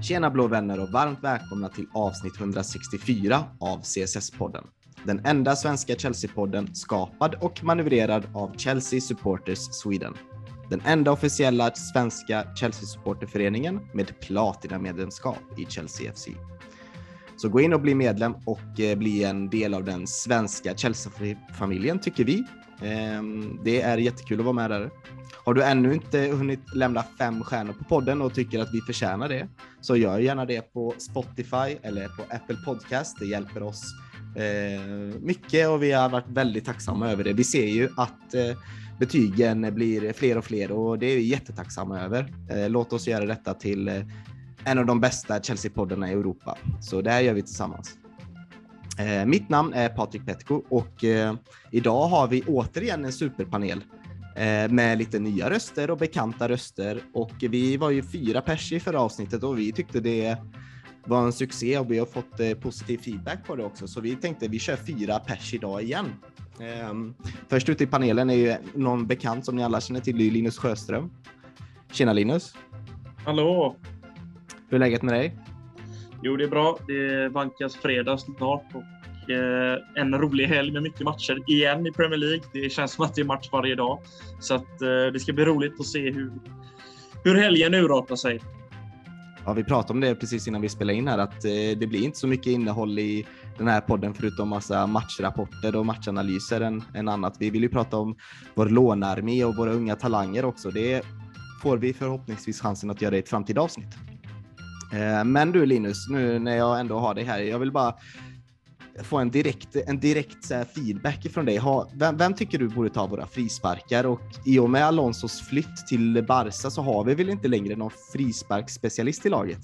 Tjena blå vänner och varmt välkomna till avsnitt 164 av CSS-podden. Den enda svenska Chelsea-podden skapad och manövrerad av Chelsea Supporters Sweden. Den enda officiella svenska Chelsea-supporterföreningen med platinamedlemskap i Chelsea FC. Så gå in och bli medlem och bli en del av den svenska Chelsea-familjen tycker vi. Det är jättekul att vara med där. Har du ännu inte hunnit lämna 5 stjärnor på podden och tycker att vi förtjänar det, så gör gärna det på Spotify eller på Apple Podcast. Det hjälper oss mycket och vi har varit väldigt tacksamma över det. Vi ser ju att betygen blir fler och fler och det är vi jättetacksamma över. Låt oss göra detta till en av de bästa Chelsea-poddarna i Europa. Så det här gör vi tillsammans. Mitt namn är Patrik Petko och idag har vi återigen en superpanel med lite nya röster och bekanta röster. Och vi var ju 4 pers i förra avsnittet och vi tyckte det var en succé och vi har fått positiv feedback på det också. Så vi tänkte vi kör 4 pers idag igen. Först ut i panelen är ju någon bekant som ni alla känner till, Linus Sjöström. Tjena Linus. Hallå. Hur är läget med dig? Jo, det är bra. Det vankas fredag snart och en rolig helg med mycket matcher igen i Premier League. Det känns som att det är match varje dag. Så att det ska bli roligt att se hur helgen urartar sig. Ja, vi pratade om det precis innan vi spelade in här att det blir inte så mycket innehåll i den här podden förutom massa matchrapporter och matchanalyser än annat. Vi vill ju prata om vår lånarmé och våra unga talanger också. Det får vi förhoppningsvis chansen att göra i ett framtida avsnitt. Men du Linus, nu när jag ändå har dig här, jag vill bara få en direkt så här feedback från dig. Vem tycker du borde ta våra frisparkar? Och i och med Alonsos flytt till Barca så har vi väl inte längre någon frisparksspecialist i laget?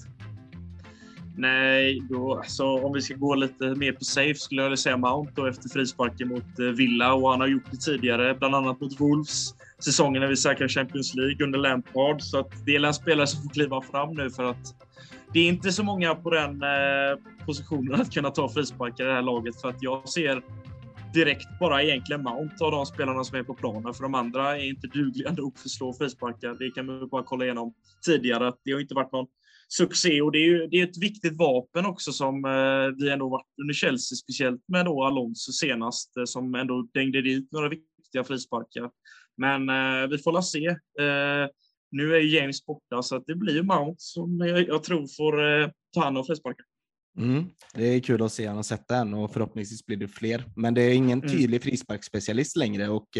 Nej, alltså, om vi ska gå lite mer på safe skulle jag säga Mount då, efter frisparken mot Villa, och han har gjort det tidigare, bland annat mot Wolves säsongen när vi säkrar Champions League under Lampard, så att det är en spelare som får kliva fram nu för att det är inte så många på den positionen att kunna ta frisparkar i det här laget, för att jag ser direkt bara egentligen Mount av de spelarna som är på planen, för de andra är inte dugliga nog för att slå frisparkar. Det kan man bara kolla igenom tidigare att det har inte varit någon succé, och det är ett viktigt vapen också som vi ändå varit under Chelsea, speciellt med då Alonso senast som ändå dängde dit några viktiga frisparkar. Men vi får se. Nu är James borta så att det blir Mount som jag tror får ta hand om frisparkar. Det är kul att se han och sätta en och förhoppningsvis blir det fler. Men det är ingen tydlig frisparksspecialist längre och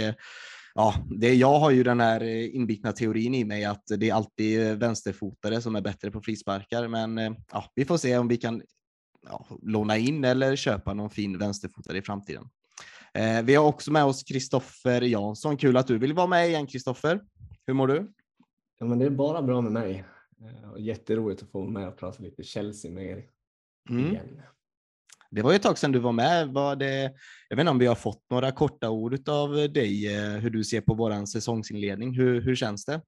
jag har ju den här inbitna teorin i mig att det är alltid vänsterfotare som är bättre på frisparkar, men vi får se om vi kan låna in eller köpa någon fin vänsterfotare i framtiden. Vi har också med oss Kristoffer Jansson. Kul att du vill vara med igen, Kristoffer. Hur mår du? Ja, men det är bara bra med mig. Jätteroligt att få med och prata lite Chelsea med er igen. Det var ju ett tag sedan du var med. Jag vet inte om vi har fått några korta ord av dig, hur du ser på våran säsongsinledning. Hur känns det?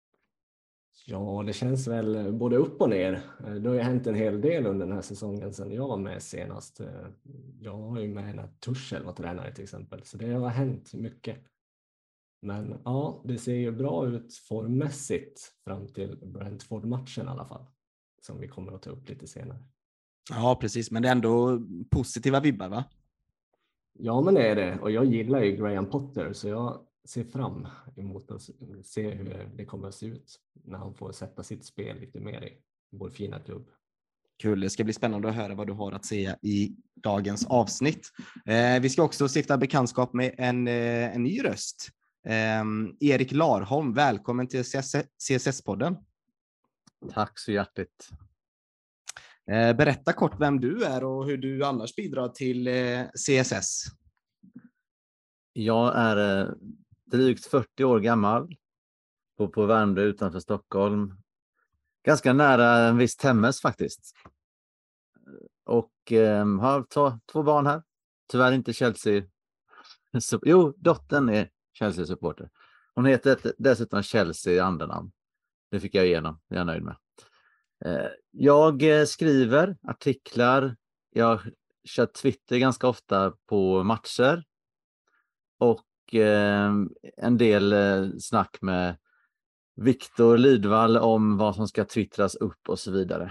Ja, det känns väl både upp och ner. Det har ju hänt en hel del under den här säsongen sedan jag var med senast. Jag var ju med när Tuchel var tränare till exempel, så det har hänt mycket. Men ja, det ser ju bra ut formmässigt fram till Brentford-matchen i alla fall, som vi kommer att ta upp lite senare. Ja, precis. Men det är ändå positiva vibbar, va? Ja, men det är det. Och jag gillar ju Graham Potter, så jag ser fram emot att se hur det kommer att se ut när han får sätta sitt spel lite mer i vår fina klubb. Kul, det ska bli spännande att höra vad du har att säga i dagens avsnitt. Vi ska också stifta bekantskap med en ny röst. Erik Larholm, välkommen till CSS-podden. Tack så hjärtligt. Berätta kort vem du är och hur du annars bidrar till CSS. Jag är drygt 40 år gammal, bor på Värmdö utanför Stockholm. Ganska nära en viss Temmes faktiskt. Och har 2 barn här. Tyvärr inte Chelsea. Jo, dottern är Chelsea-supporter. Hon heter dessutom Chelsea i andranamn. Det fick jag igenom, det är jag nöjd med. Jag skriver artiklar. Jag kör Twitter ganska ofta på matcher. Och en del snack med Viktor Lidvall om vad som ska twittras upp och så vidare.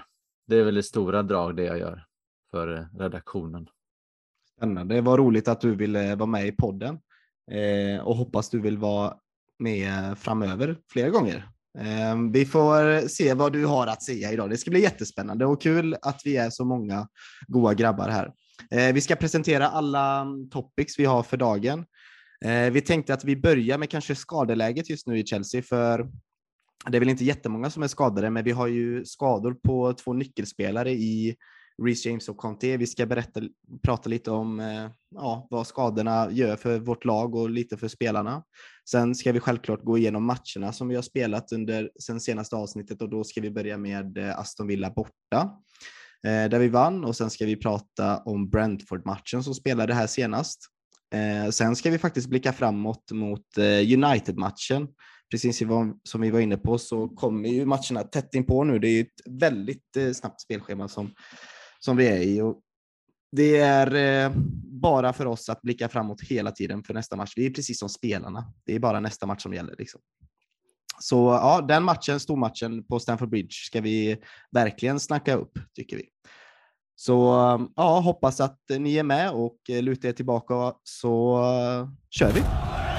Det är väl i stora drag det jag gör för redaktionen. Spännande. Det var roligt att du ville vara med i podden och hoppas du vill vara med framöver flera gånger. Vi får se vad du har att säga idag. Det ska bli jättespännande och kul att vi är så många goda grabbar här. Vi ska presentera alla topics vi har för dagen. Vi tänkte att vi börjar med kanske skadeläget just nu i Chelsea, för det är väl inte jättemånga som är skadade, men vi har ju skador på 2 nyckelspelare i Reece James och Kanté. Vi ska prata lite om vad skadorna gör för vårt lag och lite för spelarna. Sen ska vi självklart gå igenom matcherna som vi har spelat under sen senaste avsnittet, och då ska vi börja med Aston Villa borta där vi vann, och sen ska vi prata om Brentford-matchen som spelade här senast. Sen ska vi faktiskt blicka framåt mot United-matchen. Precis som vi var inne på så kommer ju matcherna tätt in på nu. Det är ju ett väldigt snabbt spelschema som vi är i, och det är bara för oss att blicka framåt hela tiden för nästa match. Vi är precis som spelarna. Det är bara nästa match som gäller liksom. Så ja, den matchen, stormatchen på Stamford Bridge, ska vi verkligen snacka upp, tycker vi. Så ja, hoppas att ni är med och lutar er tillbaka, så kör vi.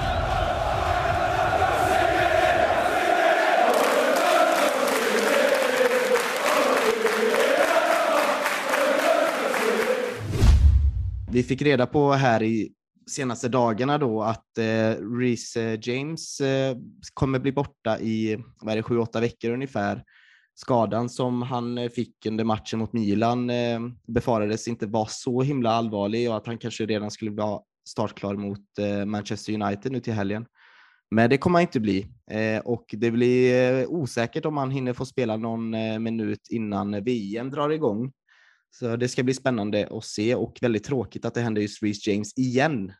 Vi fick reda på här i senaste dagarna då att Reece James kommer bli borta i 7-8 veckor ungefär. Skadan som han fick under matchen mot Milan befarades inte vara så himla allvarlig, och att han kanske redan skulle vara startklar mot Manchester United nu till helgen. Men det kommer han inte bli, och det blir osäkert om han hinner få spela någon minut innan VM drar igång. Så det ska bli spännande att se, och väldigt tråkigt att det händer just Reece James igen.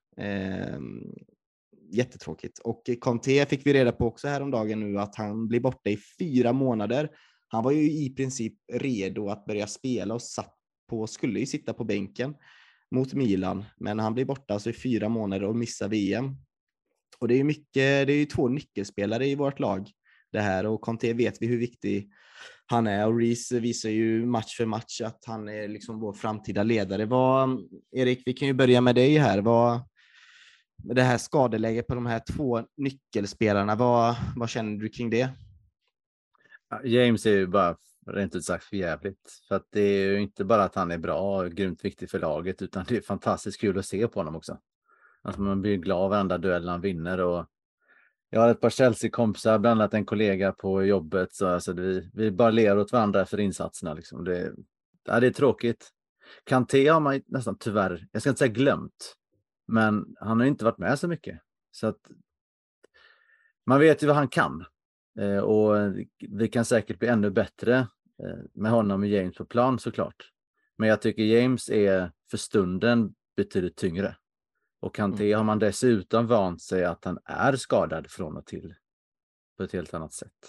Jättetråkigt. Och Kanté fick vi reda på också häromdagen nu att han blir borta i 4 månader. Han var ju i princip redo att börja spela och skulle ju sitta på bänken mot Milan, men han blir borta alltså i 4 månader och missar VM. Och det är ju 2 nyckelspelare i vårt lag det här, och Kanté vet vi hur viktig han är, och Reece visar ju match för match att han är liksom vår framtida ledare. Erik, vi kan ju börja med dig här. Med det här skadeläget på de här 2 nyckelspelarna, vad känner du kring det? James är ju bara rent ut sagt för jävligt. För att det är ju inte bara att han är bra och grymt viktig för laget, utan det är fantastiskt kul att se på honom också. Alltså man blir glad varenda duell han vinner, och jag har ett par Chelsea-kompisar, bland annat en kollega på jobbet, så alltså vi bara ler åt varandra för insatserna. Liksom. Det är tråkigt. Kanté har man nästan tyvärr, jag ska inte säga glömt, men han har inte varit med så mycket. Så att man vet ju vad han kan. Och vi kan säkert bli ännu bättre med honom och James på plan såklart. Men jag tycker James är för stunden betydligt tyngre. Och Kanté har man dessutom vant sig att han är skadad från och till på ett helt annat sätt.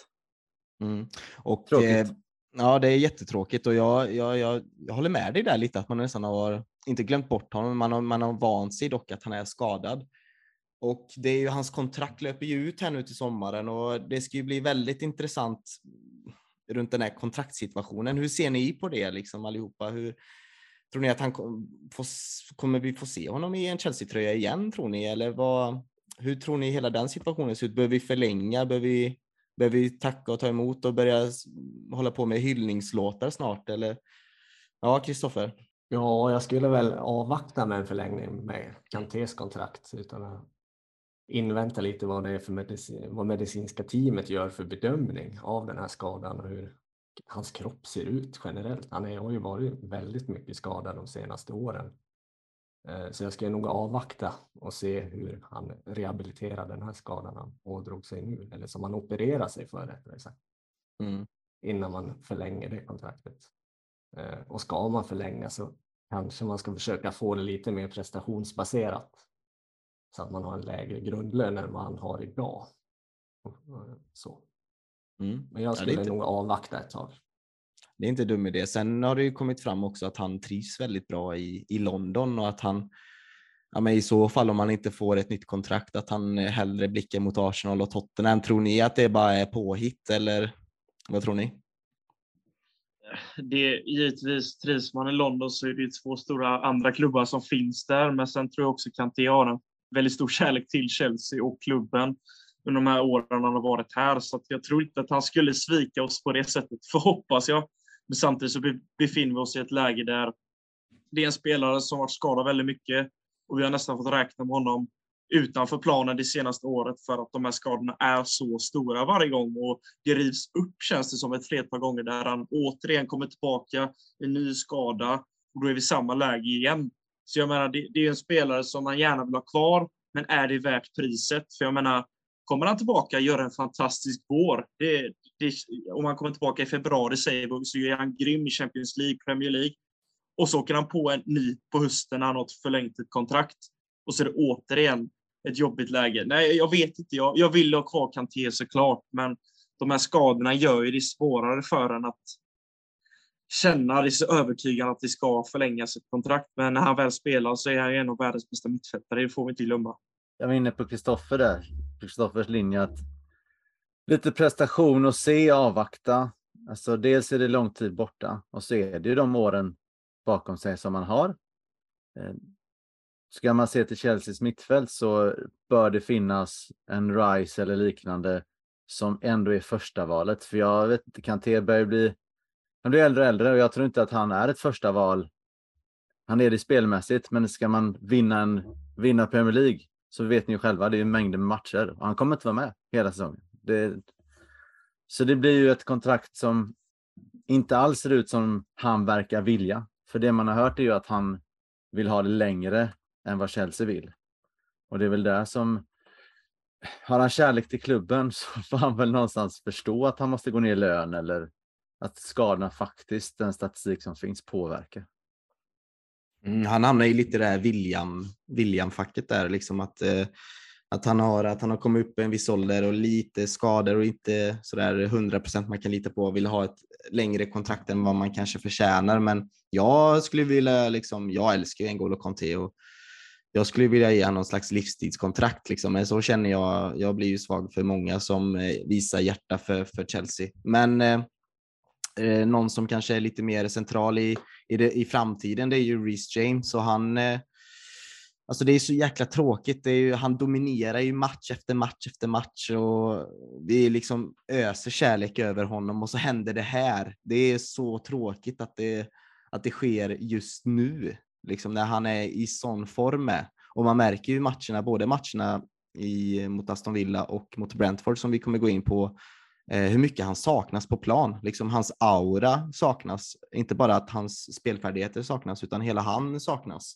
Och tråkigt. Ja, det är jättetråkigt, och jag håller med dig där lite, att man nästan har inte glömt bort honom, man har vant sig dock att han är skadad. Och det är ju, hans kontrakt löper ju ut här nu till sommaren, och det ska ju bli väldigt intressant runt den här kontraktssituationen. Hur ser ni på det liksom allihopa? Hur tror ni att kommer vi få se honom i en Chelsea-tröja igen, tror ni? Eller hur tror ni hela den situationen ser ut? Behöver vi förlänga? Behöver vi tacka och ta emot och börja hålla på med hyllningslåtar snart? Eller? Ja, Kristoffer? Ja, jag skulle väl avvakta med en förlängning med Kantés kontrakt, utan att invänta lite vad det är för vad medicinska teamet gör för bedömning av den här skadan och hur hans kropp ser ut generellt. Han har ju varit väldigt mycket skadad de senaste åren. Så jag ska nog avvakta och se hur han rehabiliterar den här skadan han ådrog sig nu, eller som han opererar sig för rättare sagt. Innan man förlänger det kontraktet. Och ska man förlänga så kanske man ska försöka få det lite mer prestationsbaserat, så att man har en lägre grundlön än man har idag. Så. Men jag skulle nog avvakta ett tag. Det är inte dum idé. Sen har det ju kommit fram också att han trivs väldigt bra i London, och att han, men i så fall om han inte får ett nytt kontrakt, att han hellre blickar mot Arsenal och Tottenham. Tror ni att det bara är påhitt, eller vad tror ni? Givetvis trivs man i London så är det 2 stora andra klubbar som finns där. Men sen tror jag också Kanté har en väldigt stor kärlek till Chelsea och klubben under de här åren han har varit här. Så att jag tror inte att han skulle svika oss på det sättet, för hoppas jag. Men samtidigt så befinner vi oss i ett läge där det är en spelare som varit skadad väldigt mycket och vi har nästan fått räkna med honom utanför planen det senaste året för att de här skadorna är så stora varje gång och det rivs upp, känns det som, ett flertal gånger där han återigen kommer tillbaka, en ny skada och då är vi i samma läge igen. Så jag menar, det är en spelare som man gärna vill ha kvar, men är det värt priset? För jag menar, kommer han tillbaka och gör en fantastisk vår, om han kommer tillbaka i februari säger vi, så är han grym i Champions League, Premier League. Och så åker han på en ny på hösten när han har ett förlängt ett kontrakt. Och så är det återigen ett jobbigt läge. Nej, jag vet inte. Jag vill ha kvar Kanté såklart. Men de här skadorna gör ju det svårare för en att känna det så övertygande att det ska förlängas ett kontrakt. Men när han väl spelar så är han en av världens bästa mittfältare. Det får vi inte glömma. Jag var inne på Kristoffer där. Kristoffers linje att lite prestation och se, avvakta. Alltså dels är det lång tid borta och så är det ju de åren bakom sig som man har. Ska man se till Chelseas mittfält så bör det finnas en Rice eller liknande som ändå är första valet. För jag vet inte, Kanté han blir äldre och äldre och jag tror inte att han är ett första val. Han är det spelmässigt, men ska man vinna Premier League så vet ni ju själva, det är en mängd matcher och han kommer inte vara med hela säsongen. Så det blir ju ett kontrakt som inte alls ser ut som han verkar vilja. För det man har hört är ju att han vill ha det längre än vad Chelsea vill. Och det är väl där som, har han kärlek till klubben så får han väl någonstans förstå att han måste gå ner i lön eller att skadorna faktiskt, den statistik som finns, påverkar. Han hamnar ju lite i det här William-facket där, liksom att han har kommit upp i en viss ålder och lite skador och inte sådär 100% man kan lita på och vill ha ett längre kontrakt än vad man kanske förtjänar. Men jag skulle vilja, jag älskar ju N'Golo Kanté och jag skulle vilja ge någon slags livstidskontrakt. Men så känner jag blir ju svag för många som visar hjärta för Chelsea. Men någon som kanske är lite mer central i framtiden, det är ju Reece James och han... Alltså det är så jäkla tråkigt. Han dominerar ju match efter match efter match och vi öser kärlek över honom och så händer det här. Det är så tråkigt att det sker just nu, när han är i sån form med. Och man märker ju både matcherna mot Aston Villa och mot Brentford som vi kommer gå in på, hur mycket han saknas på plan. Hans aura saknas. Inte bara att hans spelfärdigheter saknas utan hela han saknas.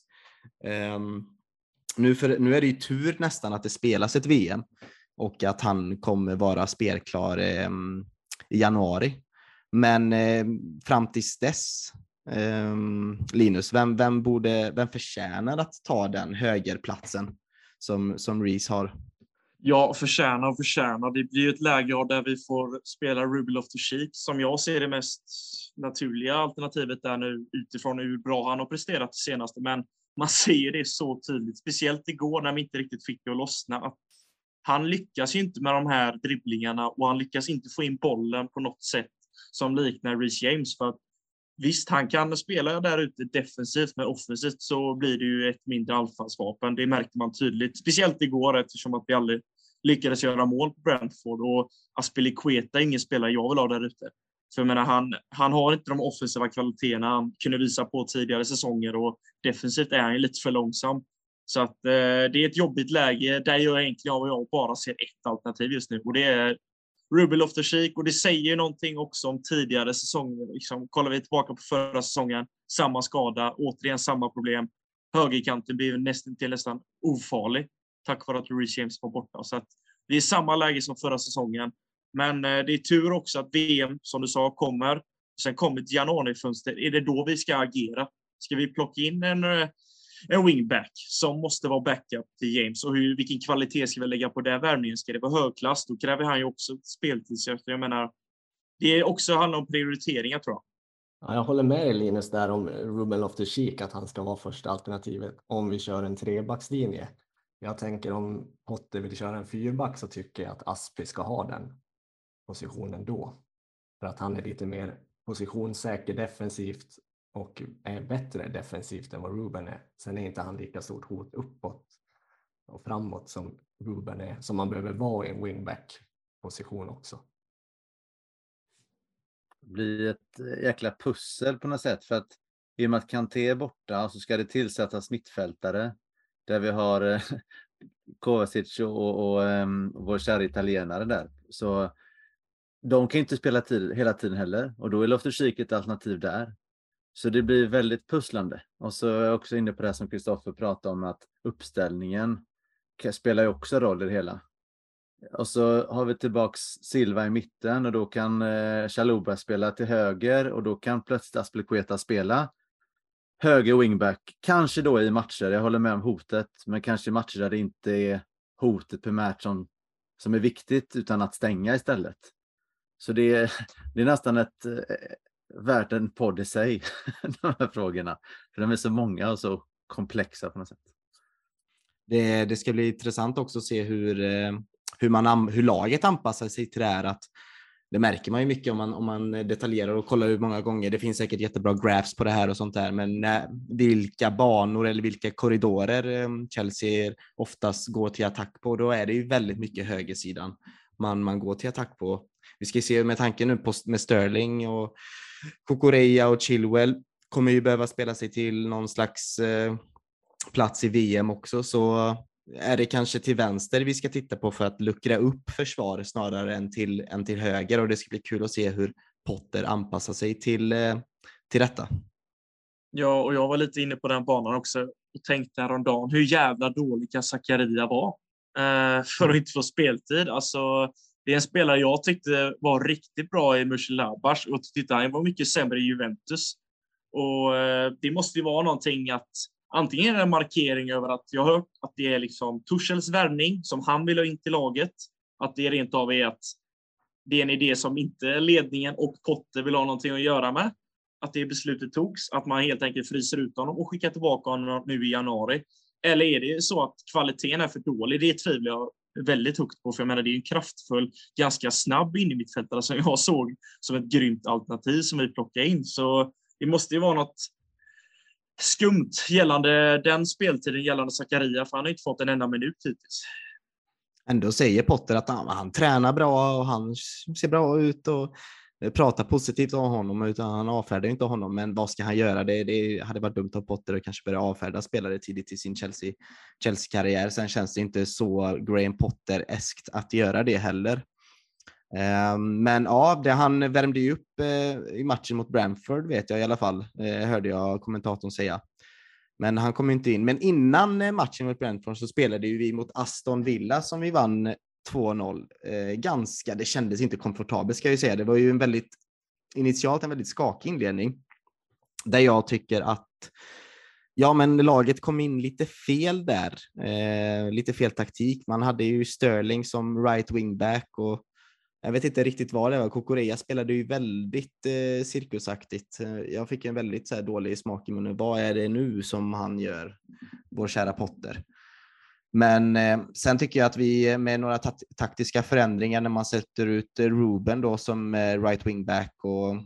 Nu är det ju tur nästan att det spelas ett VM och att han kommer vara spelklar i januari. Men fram tills dess, Linus, vem förtjänar att ta den högerplatsen som Reece har? Ja, förtjänar. Det blir ju ett läge där vi får spela Ruben Loftus-Cheek som jag ser det mest naturliga alternativet där nu utifrån hur bra han har presterat det senaste. Men man ser det så tydligt, speciellt igår när vi inte riktigt fick det att lossna. Att han lyckas ju inte med de här dribblingarna och han lyckas inte få in bollen på något sätt som liknar Reece James. För att visst, han kan spela där ute defensivt, men offensivt så blir det ju ett mindre anfallsvapen. Det märkte man tydligt, speciellt igår eftersom att vi aldrig lyckades göra mål på Brentford och Azpilicueta är ingen spelare jag vill ha där ute. För jag menar, han har inte de offensiva kvaliteterna han kunde visa på tidigare säsonger och defensivt är han lite för långsam. Så att det är ett jobbigt läge där jag bara ser ett alternativ just nu och det är Ruben Loftus-Cheek och det säger ju någonting också om tidigare säsonger. Kollar vi tillbaka på förra säsongen, samma skada, återigen samma problem. Högerkanten blir nästan ofarlig tack vare att Reece James var borta. Så att det är samma läge som förra säsongen. Men det är tur också att VM, som du sa, kommer. Sen kommer ett januarifönster. Är det då vi ska agera? Ska vi plocka in en wingback som måste vara backup till James? Och vilken kvalitet ska vi lägga på den värvningen? Ska det vara högklass? Då kräver han ju också speltid. Jag menar, det är också handlar om prioriteringar, tror jag. Ja, jag håller med dig, Linus, där om Ruben Loftus-Cheek, att han ska vara första alternativet om vi kör en trebackslinje. Jag tänker om Potter vill köra en fyrback så tycker jag att Aspi ska ha den positionen då. För att han är lite mer positionssäker defensivt och är bättre defensivt än vad Ruben är. Sen är inte han lika stort hot uppåt och framåt som Ruben är, som man behöver vara i en wingback-position också. Det blir ett jäkla pussel på något sätt, för att i och med att Kanté är borta så ska det tillsättas mittfältare där vi har Kovacic och vår kära italienare där. Så de kan inte spela hela tiden heller, och då är Loftus-Cheek ett alternativ där. Så det blir väldigt pusslande. Och så är jag också inne på det som Kristoffer pratade om, att uppställningen spelar ju också roll i det hela. Och så har vi tillbaks Silva i mitten, och då kan Chalobah spela till höger, och då kan plötsligt Azpilicueta spela höger wingback. Kanske då i matcher, jag håller med om hotet, men kanske i matcher där det inte är hotet primärt som är viktigt, utan att stänga istället. Så det är nästan värt en podd i sig, de här frågorna. För de är så många och så komplexa på något sätt. Det ska bli intressant också att se hur laget anpassar sig till det här. Att det märker man ju mycket om man detaljerar och kollar hur många gånger. Det finns säkert jättebra graphs på det här och sånt där. Men vilka banor eller vilka korridorer Chelsea oftast går till attack på, då är det ju väldigt mycket högersidan man går till attack på. Vi ska se med tanken nu med Sterling och Cucurella och Chilwell kommer ju behöva spela sig till någon slags plats i VM också, så är det kanske till vänster vi ska titta på för att luckra upp försvar snarare än till höger, och det ska bli kul att se hur Potter anpassar sig till detta. Ja, och jag var lite inne på den banan också och tänkte häromdagen hur jävla dålig Zakaria var för att inte få speltid. Alltså, det är en spelare jag tyckte var riktigt bra i Mönchengladbach, och titta, han var mycket sämre i Juventus. Och det måste ju vara någonting att antingen är det en markering över att jag har hört att det är liksom Tuchels värvning som han vill ha in till laget, att det rent av är att det är en idé som inte ledningen och Potter vill ha någonting att göra med, att det beslutet togs, att man helt enkelt fryser ut honom och skickar tillbaka honom nu i januari. Eller är det så att kvaliteten är för dålig? Det tvivlar jag väldigt högt på, för jag menar det är en kraftfull, ganska snabb in i mittfältare som jag såg som ett grymt alternativ som vi plockar in. Så det måste ju vara något skumt gällande den speltiden gällande Zakaria, för han har inte fått en enda minut hittills. Ändå säger Potter att han tränar bra och han ser bra ut och pratar positivt om honom, utan han avfärdar inte honom. Men vad ska han göra? Det hade varit dumt av Potter att kanske börja avfärda spelare tidigt i sin Chelsea-karriär. Sen känns det inte så Graham Potter-eskt att göra det heller. Men ja, han värmde ju upp i matchen mot Brentford, vet jag i alla fall, hörde jag kommentatorn säga. Men han kom inte in. Men innan matchen mot Brentford så spelade ju vi mot Aston Villa som vi vann 2-0. Det kändes inte komfortabelt, ska jag ju säga. Det var ju initialt en väldigt skakig inledning. Där jag tycker att laget kom in lite fel där. Lite fel taktik. Man hade ju Sterling som right wingback och jag vet inte riktigt vad det var. Cucurella spelade ju väldigt cirkusaktigt. Jag fick en väldigt så här dålig smak i munnen. Vad är det nu som han gör, vår kära Potter? Men sen tycker jag att vi med några taktiska förändringar, när man sätter ut Ruben då som right wingback och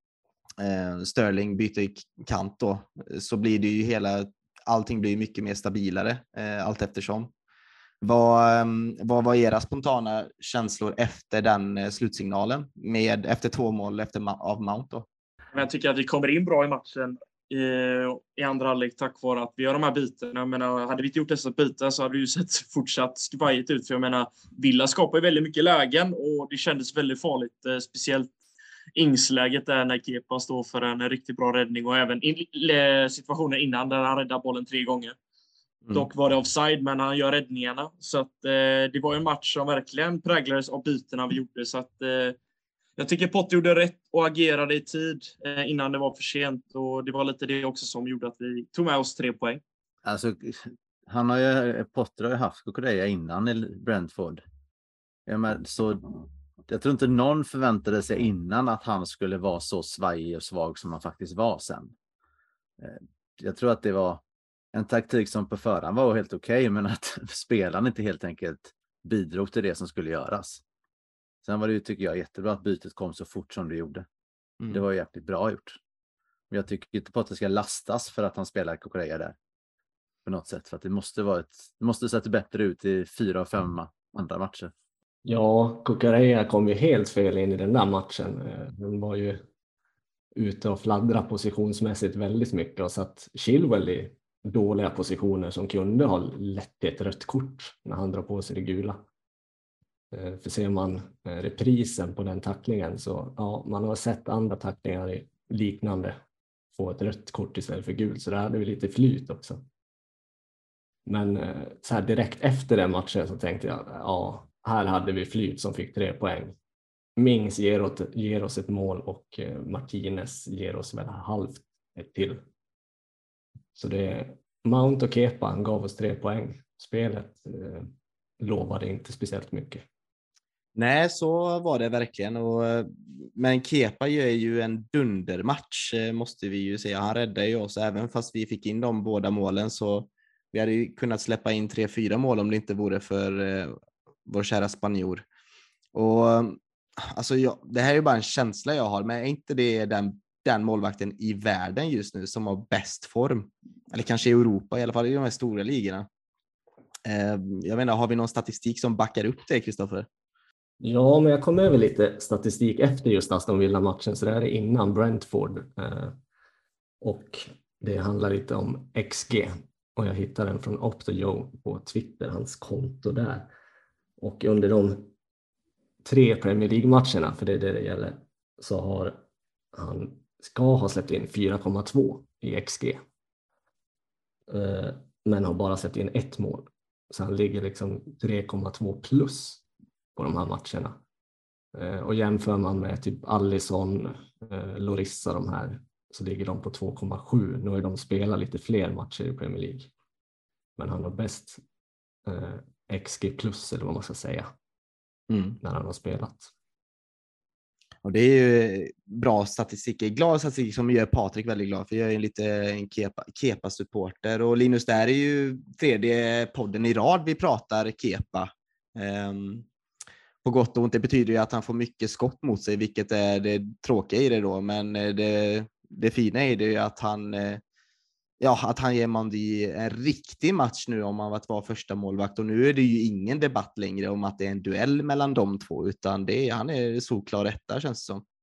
Sterling byter kant då, så blir det ju allting blir mycket mer stabilare allt eftersom. Vad var era spontana känslor efter den slutsignalen efter 2 mål av Mount då? Jag tycker att vi kommer in bra i matchen i andra halvlek tack vare att vi gör de här bitarna. Jag menar, hade vi inte gjort dessa bitar så hade det ju sett fortsatt skvajigt ut. För jag menar, Villa skapar ju väldigt mycket lägen och det kändes väldigt farligt. Speciellt Ings-läget där när Kepa står för en riktigt bra räddning, och även situationen innan där han räddar bollen 3 gånger. Dock var det offside, men han gör räddningarna. Så att, det var en match som verkligen präglades av bytena vi gjorde. Så att, jag tycker Potter gjorde rätt och agerade i tid innan det var för sent. Och det var lite det också som gjorde att vi tog med oss 3 poäng. Alltså, Potter har ju haft Cucurella innan i Brentford. Jag tror inte någon förväntade sig innan att han skulle vara så svajig och svag som han faktiskt var sen. Jag tror att det var en taktik som på förhand var helt okej, men att spelaren inte helt enkelt bidrog till det som skulle göras. Sen var det ju, tycker jag, jättebra att bytet kom så fort som det gjorde. Det var jäkligt bra gjort. Men jag tycker inte på att det ska lastas för att han spelar Cucurella där. På något sätt. För att det måste sätta bättre ut i 4 och 5 andra matcher. Ja, Cucurella kom ju helt fel in i den där matchen. Han var ju ute och fladdra positionsmässigt väldigt mycket och satt Chilwell i dåliga positioner som kunde ha lett till ett rött kort när han drar på sig det gula. För ser man reprisen på den tacklingen så ja, man har sett andra tacklingar liknande få ett rött kort istället för gult, så där hade vi lite flyt också. Men så här direkt efter den matchen så tänkte jag, ja, här hade vi flyt som fick 3 poäng. Mings ger oss ett mål och Martinez ger oss väl halvt ett till. Så det Mount och Kepa gav oss 3 poäng. Spelet lovade inte speciellt mycket. Nej, så var det verkligen. Men Kepa gör ju en dundermatch, måste vi ju säga. Han räddade ju oss, även fast vi fick in de båda målen, så vi hade ju kunnat släppa in 3-4 mål om det inte vore för vår kära spanjor. Och alltså det här är ju bara en känsla jag har, men är inte det den målvakten i världen just nu som har bäst form? Eller kanske i Europa, i alla fall i de här stora ligorna. Jag menar, har vi någon statistik som backar upp det, Kristoffer? Ja, men jag kom över lite statistik efter just Aston Villa-matchen, så det här är innan Brentford. Och det handlar lite om XG. Och jag hittade den från Opto på Twitter, hans konto där. Och under de 3 Premier League-matcherna, för det är det gäller, så har han ska ha släppt in 4,2 i XG. Men har bara släppt in 1 mål. Så han ligger liksom 3,2 plus på de här matcherna. Och jämför man med typ Alisson, Lorissa, de här, så ligger de på 2,7. Nu har de spelat lite fler matcher i Premier League. Men han har bäst XG plus, eller vad man ska säga, när han har spelat. Och det är ju bra statistik, glad statistik som gör Patrik väldigt glad, för jag är en Kepa-supporter. Och Linus, där är ju 3:e podden i rad vi pratar Kepa. På gott och ont, det betyder ju att han får mycket skott mot sig, vilket är det tråkiga i det då. Men det fina är det ju att han ger Mandy en riktig match nu om han var första målvakt. Och nu är det ju ingen debatt längre om att det är en duell mellan de två, utan han är solklar etta, känns det som.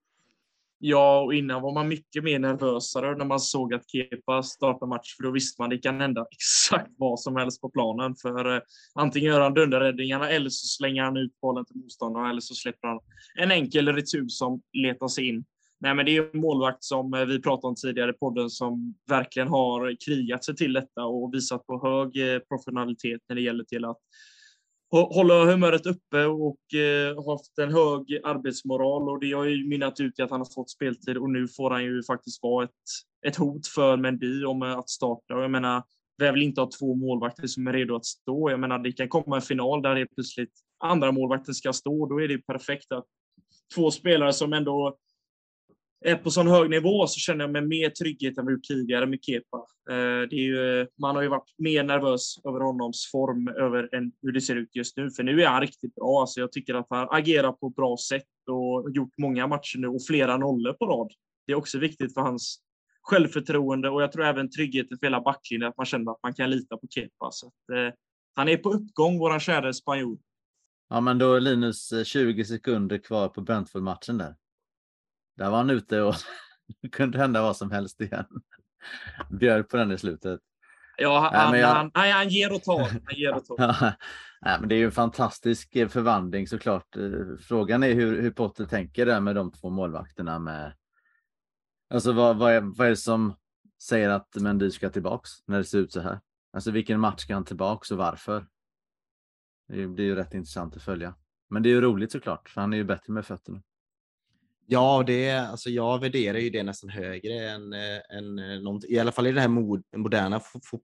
Ja, och innan var man mycket mer nervösare när man såg att Kepa startar match, för då visste man att det kan hända exakt vad som helst på planen. För antingen gör han dunderräddningarna, eller så slänger han ut bollen till motståndaren, eller så släpper han en enkel retur som letar sig in. Nej, men det är en målvakt som vi pratade om tidigare i podden, som verkligen har krigat sig till detta och visat på hög professionalitet när det gäller till att hålla humöret uppe och haft en hög arbetsmoral, och det har ju mynnat ut i att han har fått speltid, och nu får han ju faktiskt vara ett hot för Mendy om att starta. Och jag menar, vi vill inte ha 2 målvakter som är redo att stå. Jag menar, det kan komma en final där det plötsligt andra målvakter ska stå, då är det perfekt att 2 spelare som ändå är på sån hög nivå, så känner jag mig mer trygghet än vi gjort tidigare med Kepa. Man har ju varit mer nervös över honoms form än hur det ser ut just nu. För nu är han riktigt bra. Alltså jag tycker att han agerar på ett bra sätt och gjort många matcher nu och flera nollor på rad. Det är också viktigt för hans självförtroende, och jag tror även tryggheten för hela backlinjen, att man känner att man kan lita på Kepa. Så att, han är på uppgång, våran kära spanjor. Ja, men då är Linus 20 sekunder kvar på Brentford-matchen där. Där var han ute och det kunde hända vad som helst igen. Bjöd på den i slutet. Ja, han ger och tar. Nej, men det är ju en fantastisk förvandling såklart. Frågan är hur Potter tänker där med de 2 målvakterna. Alltså vad är det som säger att Mendy ska tillbaks när det ser ut så här? Alltså vilken match ska han tillbaks och varför? Det blir ju rätt intressant att följa. Men det är ju roligt såklart, för han är ju bättre med fötterna. Ja, alltså jag värderar ju det nästan högre än någonting, i alla fall i det här moderna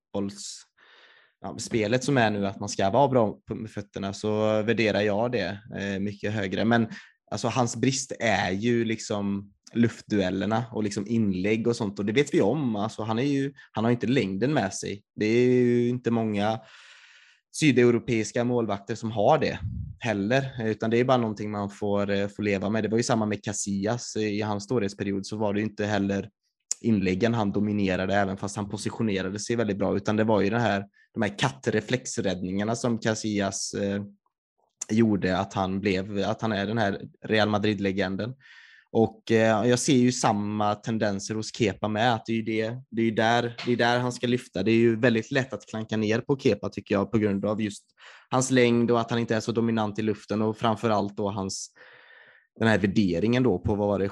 fotbollsspelet som är nu, att man ska vara bra med fötterna, så värderar jag det mycket högre. Men alltså hans brist är ju liksom luftduellerna och liksom inlägg och sånt, och det vet vi om. Alltså han har inte längden med sig. Det är ju inte många sydeuropeiska målvakter som har det heller, utan det är bara någonting man får leva med. Det var ju samma med Casillas i hans storhetsperiod, så var det ju inte heller inläggen han dominerade, även fast han positionerade sig väldigt bra, utan det var ju de här kattreflexräddningarna som Casillas gjorde att han är den här Real Madrid-legenden. Och jag ser ju samma tendenser hos Kepa med, att det är där han ska lyfta. Det är ju väldigt lätt att klanka ner på Kepa, tycker jag, på grund av just hans längd och att han inte är så dominant i luften, och framförallt då den här värderingen då på, vad var det,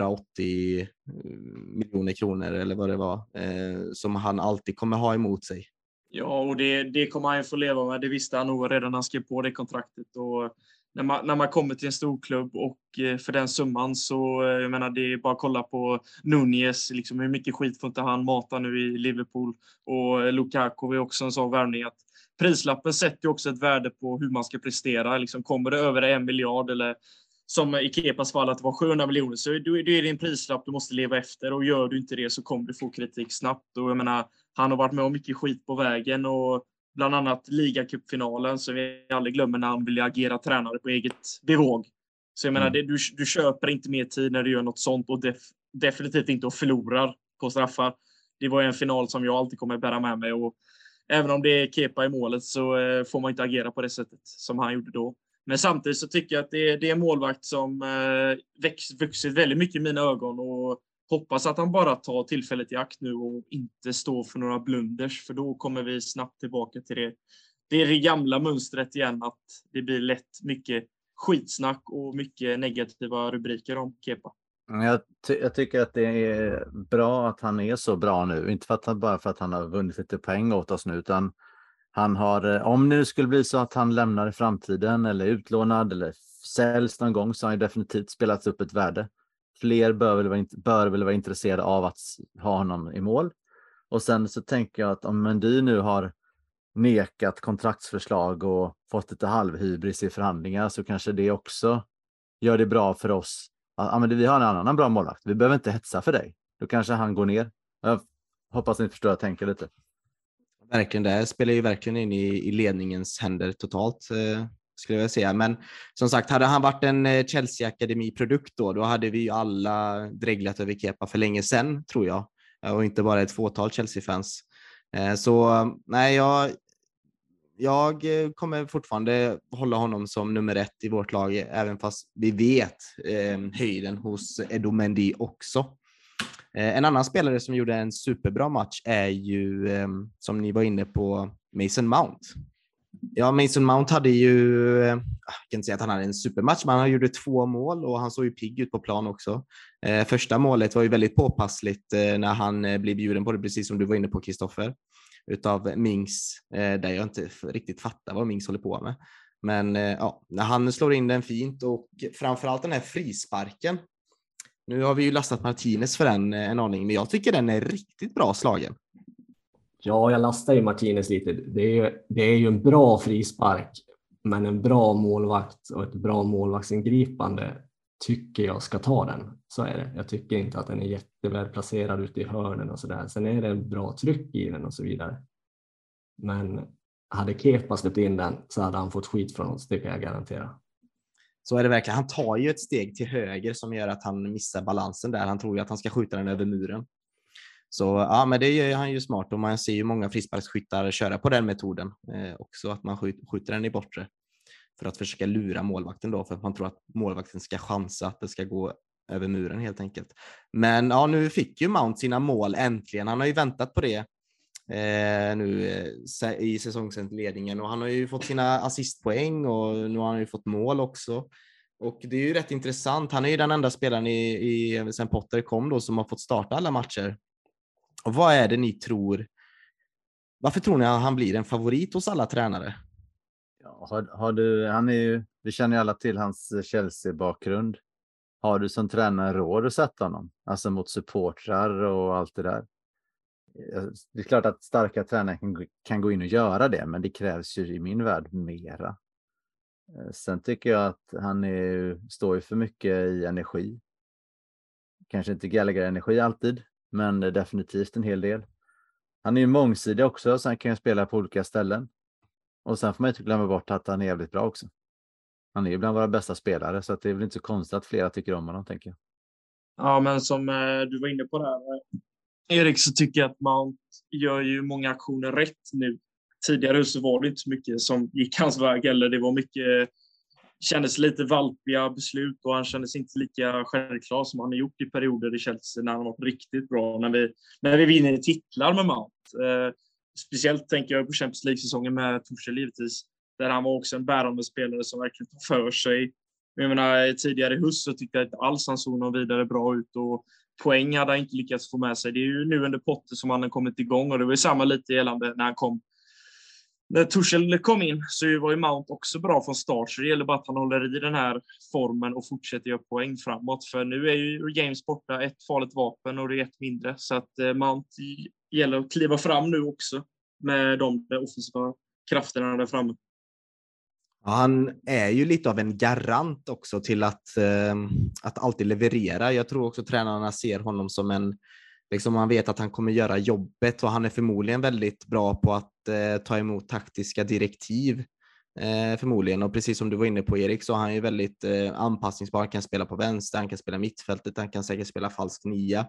780 miljoner kronor eller vad det var, som han alltid kommer ha emot sig. Ja, och det kommer han ju få leva med. Det visste han nog redan när han skrev på det kontraktet. Och när man kommer till en stor klubb och för den summan, så jag menar, det är bara att kolla på Nunez, liksom hur mycket skit får inte han mata nu i Liverpool, och Lukaku är också en sån värvning att prislappen sätter ju också ett värde på hur man ska prestera. Liksom, kommer det över 1 miljard, eller som i Kepas fall att det var 700 miljoner, så då är det en prislapp du måste leva efter, och gör du inte det så kommer du få kritik snabbt. Och jag menar, han har varit med om mycket skit på vägen, och bland annat ligacupfinalen, så vi aldrig glömmer när han ville agera tränare på eget bevåg. Så jag menar, du köper inte mer tid när du gör något sånt, och definitivt inte och förlorar på straffar. Det var en final som jag alltid kommer bära med mig, och även om det är Kepa i målet så får man inte agera på det sättet som han gjorde då. Men samtidigt så tycker jag att det är en målvakt som vuxit väldigt mycket i mina ögon, och hoppas att han bara tar tillfället i akt nu och inte står för några blunders, för då kommer vi snabbt tillbaka till det. Det är det gamla mönstret igen, att det blir lätt mycket skitsnack och mycket negativa rubriker om Kepa. Jag tycker att det är bra att han är så bra nu. Inte bara för att han har vunnit lite poäng åt oss nu, utan han har, om det nu skulle bli så att han lämnar i framtiden eller utlånad eller säljs någon gång, så har han definitivt spelats upp ett värde. Fler bör väl vara intresserade av att ha honom i mål. Och sen så tänker jag att om Mendy nu har nekat kontraktsförslag och fått lite halvhybris i förhandlingar, så kanske det också gör det bra för oss. Ja, men vi har en annan bra målvakt. Vi behöver inte hetsa för dig. Då kanske han går ner. Jag hoppas ni förstår, jag tänker lite. Verkligen, det spelar ju verkligen in i ledningens händer totalt, skulle jag säga. Men som sagt, hade han varit en Chelsea-akademiprodukt då hade vi ju alla dreglat över Kepa för länge sedan, tror jag. Och inte bara ett fåtal Chelsea-fans. Så nej, jag kommer fortfarande hålla honom som nummer 1 i vårt lag, även fast vi vet höjden hos Edu Mendy också. En annan spelare som gjorde en superbra match är ju, som ni var inne på, Mason Mount. Ja, Mason Mount hade ju, jag kan inte säga att han hade en supermatch, men han gjorde 2 mål och han såg ju pigg ut på plan också. Första målet var ju väldigt påpassligt när han blev bjuden på det, precis som du var inne på, Kristoffer, utav Mings, där jag inte riktigt fattar vad Mings håller på med. Men ja, när han slår in den fint, och framförallt den här frisparken. Nu har vi ju lastat Martinez för en aning, men jag tycker den är riktigt bra slagen. Ja, jag lastar ju Martinez lite. Det är ju en bra frispark, men en bra målvakt och ett bra målvaktsingripande tycker jag ska ta den. Så är det. Jag tycker inte att den är jätteväl placerad ute i hörnen och sådär. Sen är det en bra tryck i den och så vidare. Men hade Kepa släppt in den så hade han fått skit från oss, det kan jag garantera. Så är det verkligen. Han tar ju ett steg till höger som gör att han missar balansen där. Han tror ju att han ska skjuta den över muren. Så ja, men det gör han ju smart, och man ser ju många frisparksskyttar köra på den metoden också, att man skjuter den i bortre för att försöka lura målvakten då, för att man tror att målvakten ska chansa att det ska gå över muren helt enkelt. Men ja, nu fick ju Mount sina mål äntligen. Han har ju väntat på det nu i säsongsledningen, och han har ju fått sina assistpoäng och nu har han ju fått mål också. Och det är ju rätt intressant. Han är ju den enda spelaren sen Potter kom då som har fått starta alla matcher. Och vad är det ni tror? Varför tror ni att han blir en favorit hos alla tränare? Ja, han är ju, vi känner ju alla till hans Chelsea-bakgrund. Har du som tränare råd att sätta honom? Alltså mot supportrar och allt det där. Det är klart att starka tränare kan gå in och göra det, men det krävs ju i min värld mera. Sen tycker jag att han står ju för mycket i energi. Kanske inte Gallagher-energi alltid, men definitivt en hel del. Han är ju mångsidig också, så han kan ju spela på olika ställen. Och sen får man inte glömma bort att han är jävligt bra också. Han är ju bland våra bästa spelare, så att det är väl inte så konstigt att flera tycker om honom, tänker jag. Ja, men som du var inne på där, Erik, så tycker jag att Mount gör ju många aktioner rätt nu. Tidigare så var det inte så mycket som gick hans väg, eller det var mycket, kändes lite valpiga beslut och han kändes inte lika självklar som han har gjort i perioder i Chelsea när han var riktigt bra. När vi vinner titlar med Mount. Speciellt tänker jag på Champions League-säsongen med Tuchel givetvis, där han var också en bärande spelare som verkligen tog för sig. Jag menar, tidigare i höst så tyckte jag inte alls han såg någon vidare bra ut och poäng hade han inte lyckats få med sig. Det är ju nu under Potter som han har kommit igång och det var ju samma lite gällande när han kom. När Tuchel kom in så var ju Mount också bra från start, så det gäller bara att han håller i den här formen och fortsätter göra poäng framåt. För nu är ju James borta, ett farligt vapen och det är ett mindre. Så att Mount gäller att kliva fram nu också med de offensiva krafterna där framme. Ja, han är ju lite av en garant också till att alltid leverera. Jag tror också tränarna ser honom som en, liksom man vet att han kommer göra jobbet, och han är förmodligen väldigt bra på att ta emot taktiska direktiv förmodligen. Och precis som du var inne på, Erik, så är han ju väldigt anpassningsbar. Han kan spela på vänster, han kan spela mittfältet, han kan säkert spela falsk nia.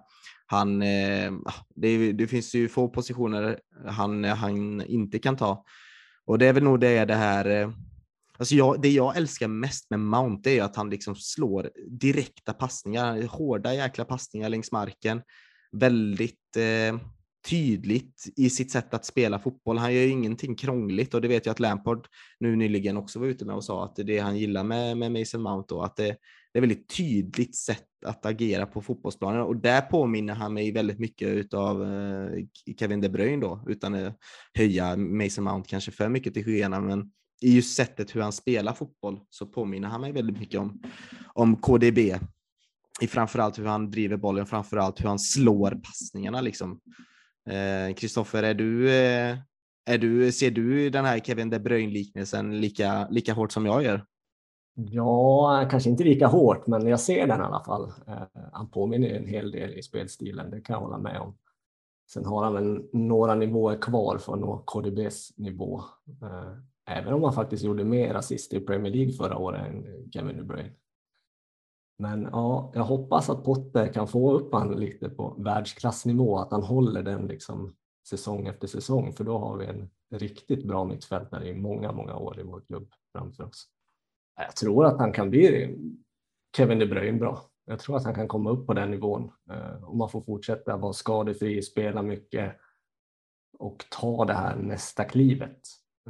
Det finns ju få positioner han inte kan ta. Och det är väl nog det här. Alltså det jag älskar mest med Mount är att han liksom slår direkta passningar, hårda jäkla passningar längs marken. Väldigt tydligt i sitt sätt att spela fotboll. Han gör ju ingenting krångligt, och det vet jag att Lampard nu nyligen också var ute med och sa att det han gillar med Mason Mount då, att det är väldigt tydligt sätt att agera på fotbollsplanen, och där påminner han mig väldigt mycket av Kevin De Bruyne då, utan att höja Mason Mount kanske för mycket till skyarna, men i just sättet hur han spelar fotboll så påminner han mig väldigt mycket om KDB. I framförallt hur han driver bollen, framförallt hur han slår passningarna liksom. Kristoffer, ser du den här Kevin De Bruyne-liknelsen lika hårt som jag gör? Ja, kanske inte lika hårt, men jag ser den i alla fall. Han påminner en hel del i spelstilen, det kan jag hålla med om. Sen har han väl några nivåer kvar för att nå KDBs nivå. Även om han faktiskt gjorde mer assist i Premier League förra året än Kevin De Bruyne. Men ja, jag hoppas att Potter kan få upp han lite på världsklassnivå, att han håller den liksom säsong efter säsong, för då har vi en riktigt bra mittfältare i många, många år i vår klubb framför oss. Jag tror att han kan bli Kevin De Bruyne bra. Jag tror att han kan komma upp på den nivån om man får fortsätta vara skadefri, spela mycket och ta det här nästa klivet.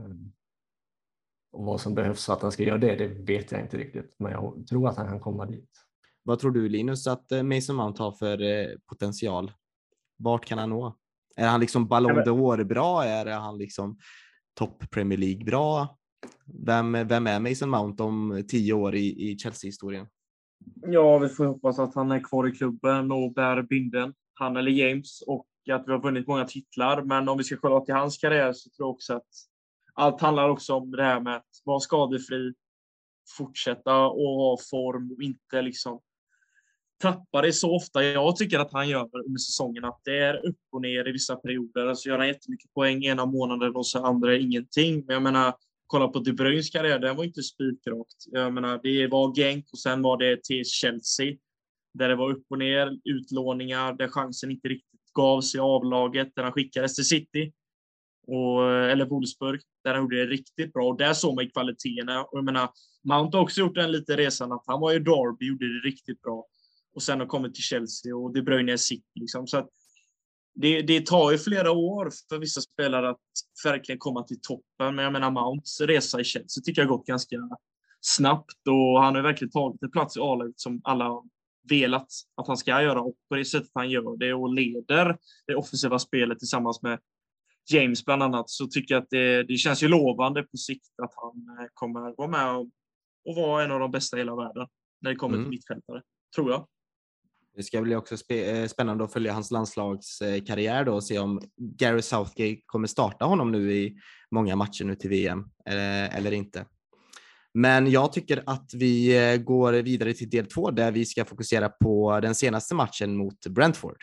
Och vad som behövs för att han ska göra det vet jag inte riktigt. Men jag tror att han kan komma dit. Vad tror du, Linus, att Mason Mount har för potential? Vart kan han nå? Är han liksom Ballon d'Or bra? Är han liksom topp Premier League bra? Vem är Mason Mount om 10 år i Chelsea-historien? Ja, vi får hoppas att han är kvar i klubben och bär binden. Han eller James, och att vi har vunnit många titlar. Men om vi ska kolla till hans karriär så tror jag också att allt handlar också om det här med att vara skadefri, fortsätta och ha form och inte liksom tappa det så ofta. Jag tycker att han gör under säsongen, att det är upp och ner i vissa perioder. Alltså gör han jättemycket poäng ena månaden och så andra ingenting. Men jag menar, kolla på De Bruynes karriär, den var inte spikrakt. Jag menar, det var Genk och sen var det till Chelsea, där det var upp och ner, utlåningar, där chansen inte riktigt gavs i avlaget, där han skickades till City. Eller Wolfsburg, där han gjorde det riktigt bra. Och där såg man i kvaliteterna. Och jag menar, Mount har också gjort en liten resan att han var i Derby, gjorde det riktigt bra. Och sen har kommit till Chelsea och De Bruyne är sitt. Liksom. Så att det tar ju flera år för vissa spelare att verkligen komma till toppen. Men jag menar, Mounts resa i Chelsea tycker jag har gått ganska snabbt. Och han har verkligen tagit en plats i A-laget som alla har velat att han ska göra. Och på det sättet han gör det och leder det offensiva spelet tillsammans med James bland annat, så tycker jag att det känns ju lovande på sikt att han kommer vara med och vara en av de bästa i hela världen när det kommer till mittfältare, tror jag. Det ska bli också spännande att följa hans landslagskarriär då och se om Gary Southgate kommer starta honom nu i många matcher nu till VM eller inte. Men jag tycker att vi går vidare till del 2 där vi ska fokusera på den senaste matchen mot Brentford.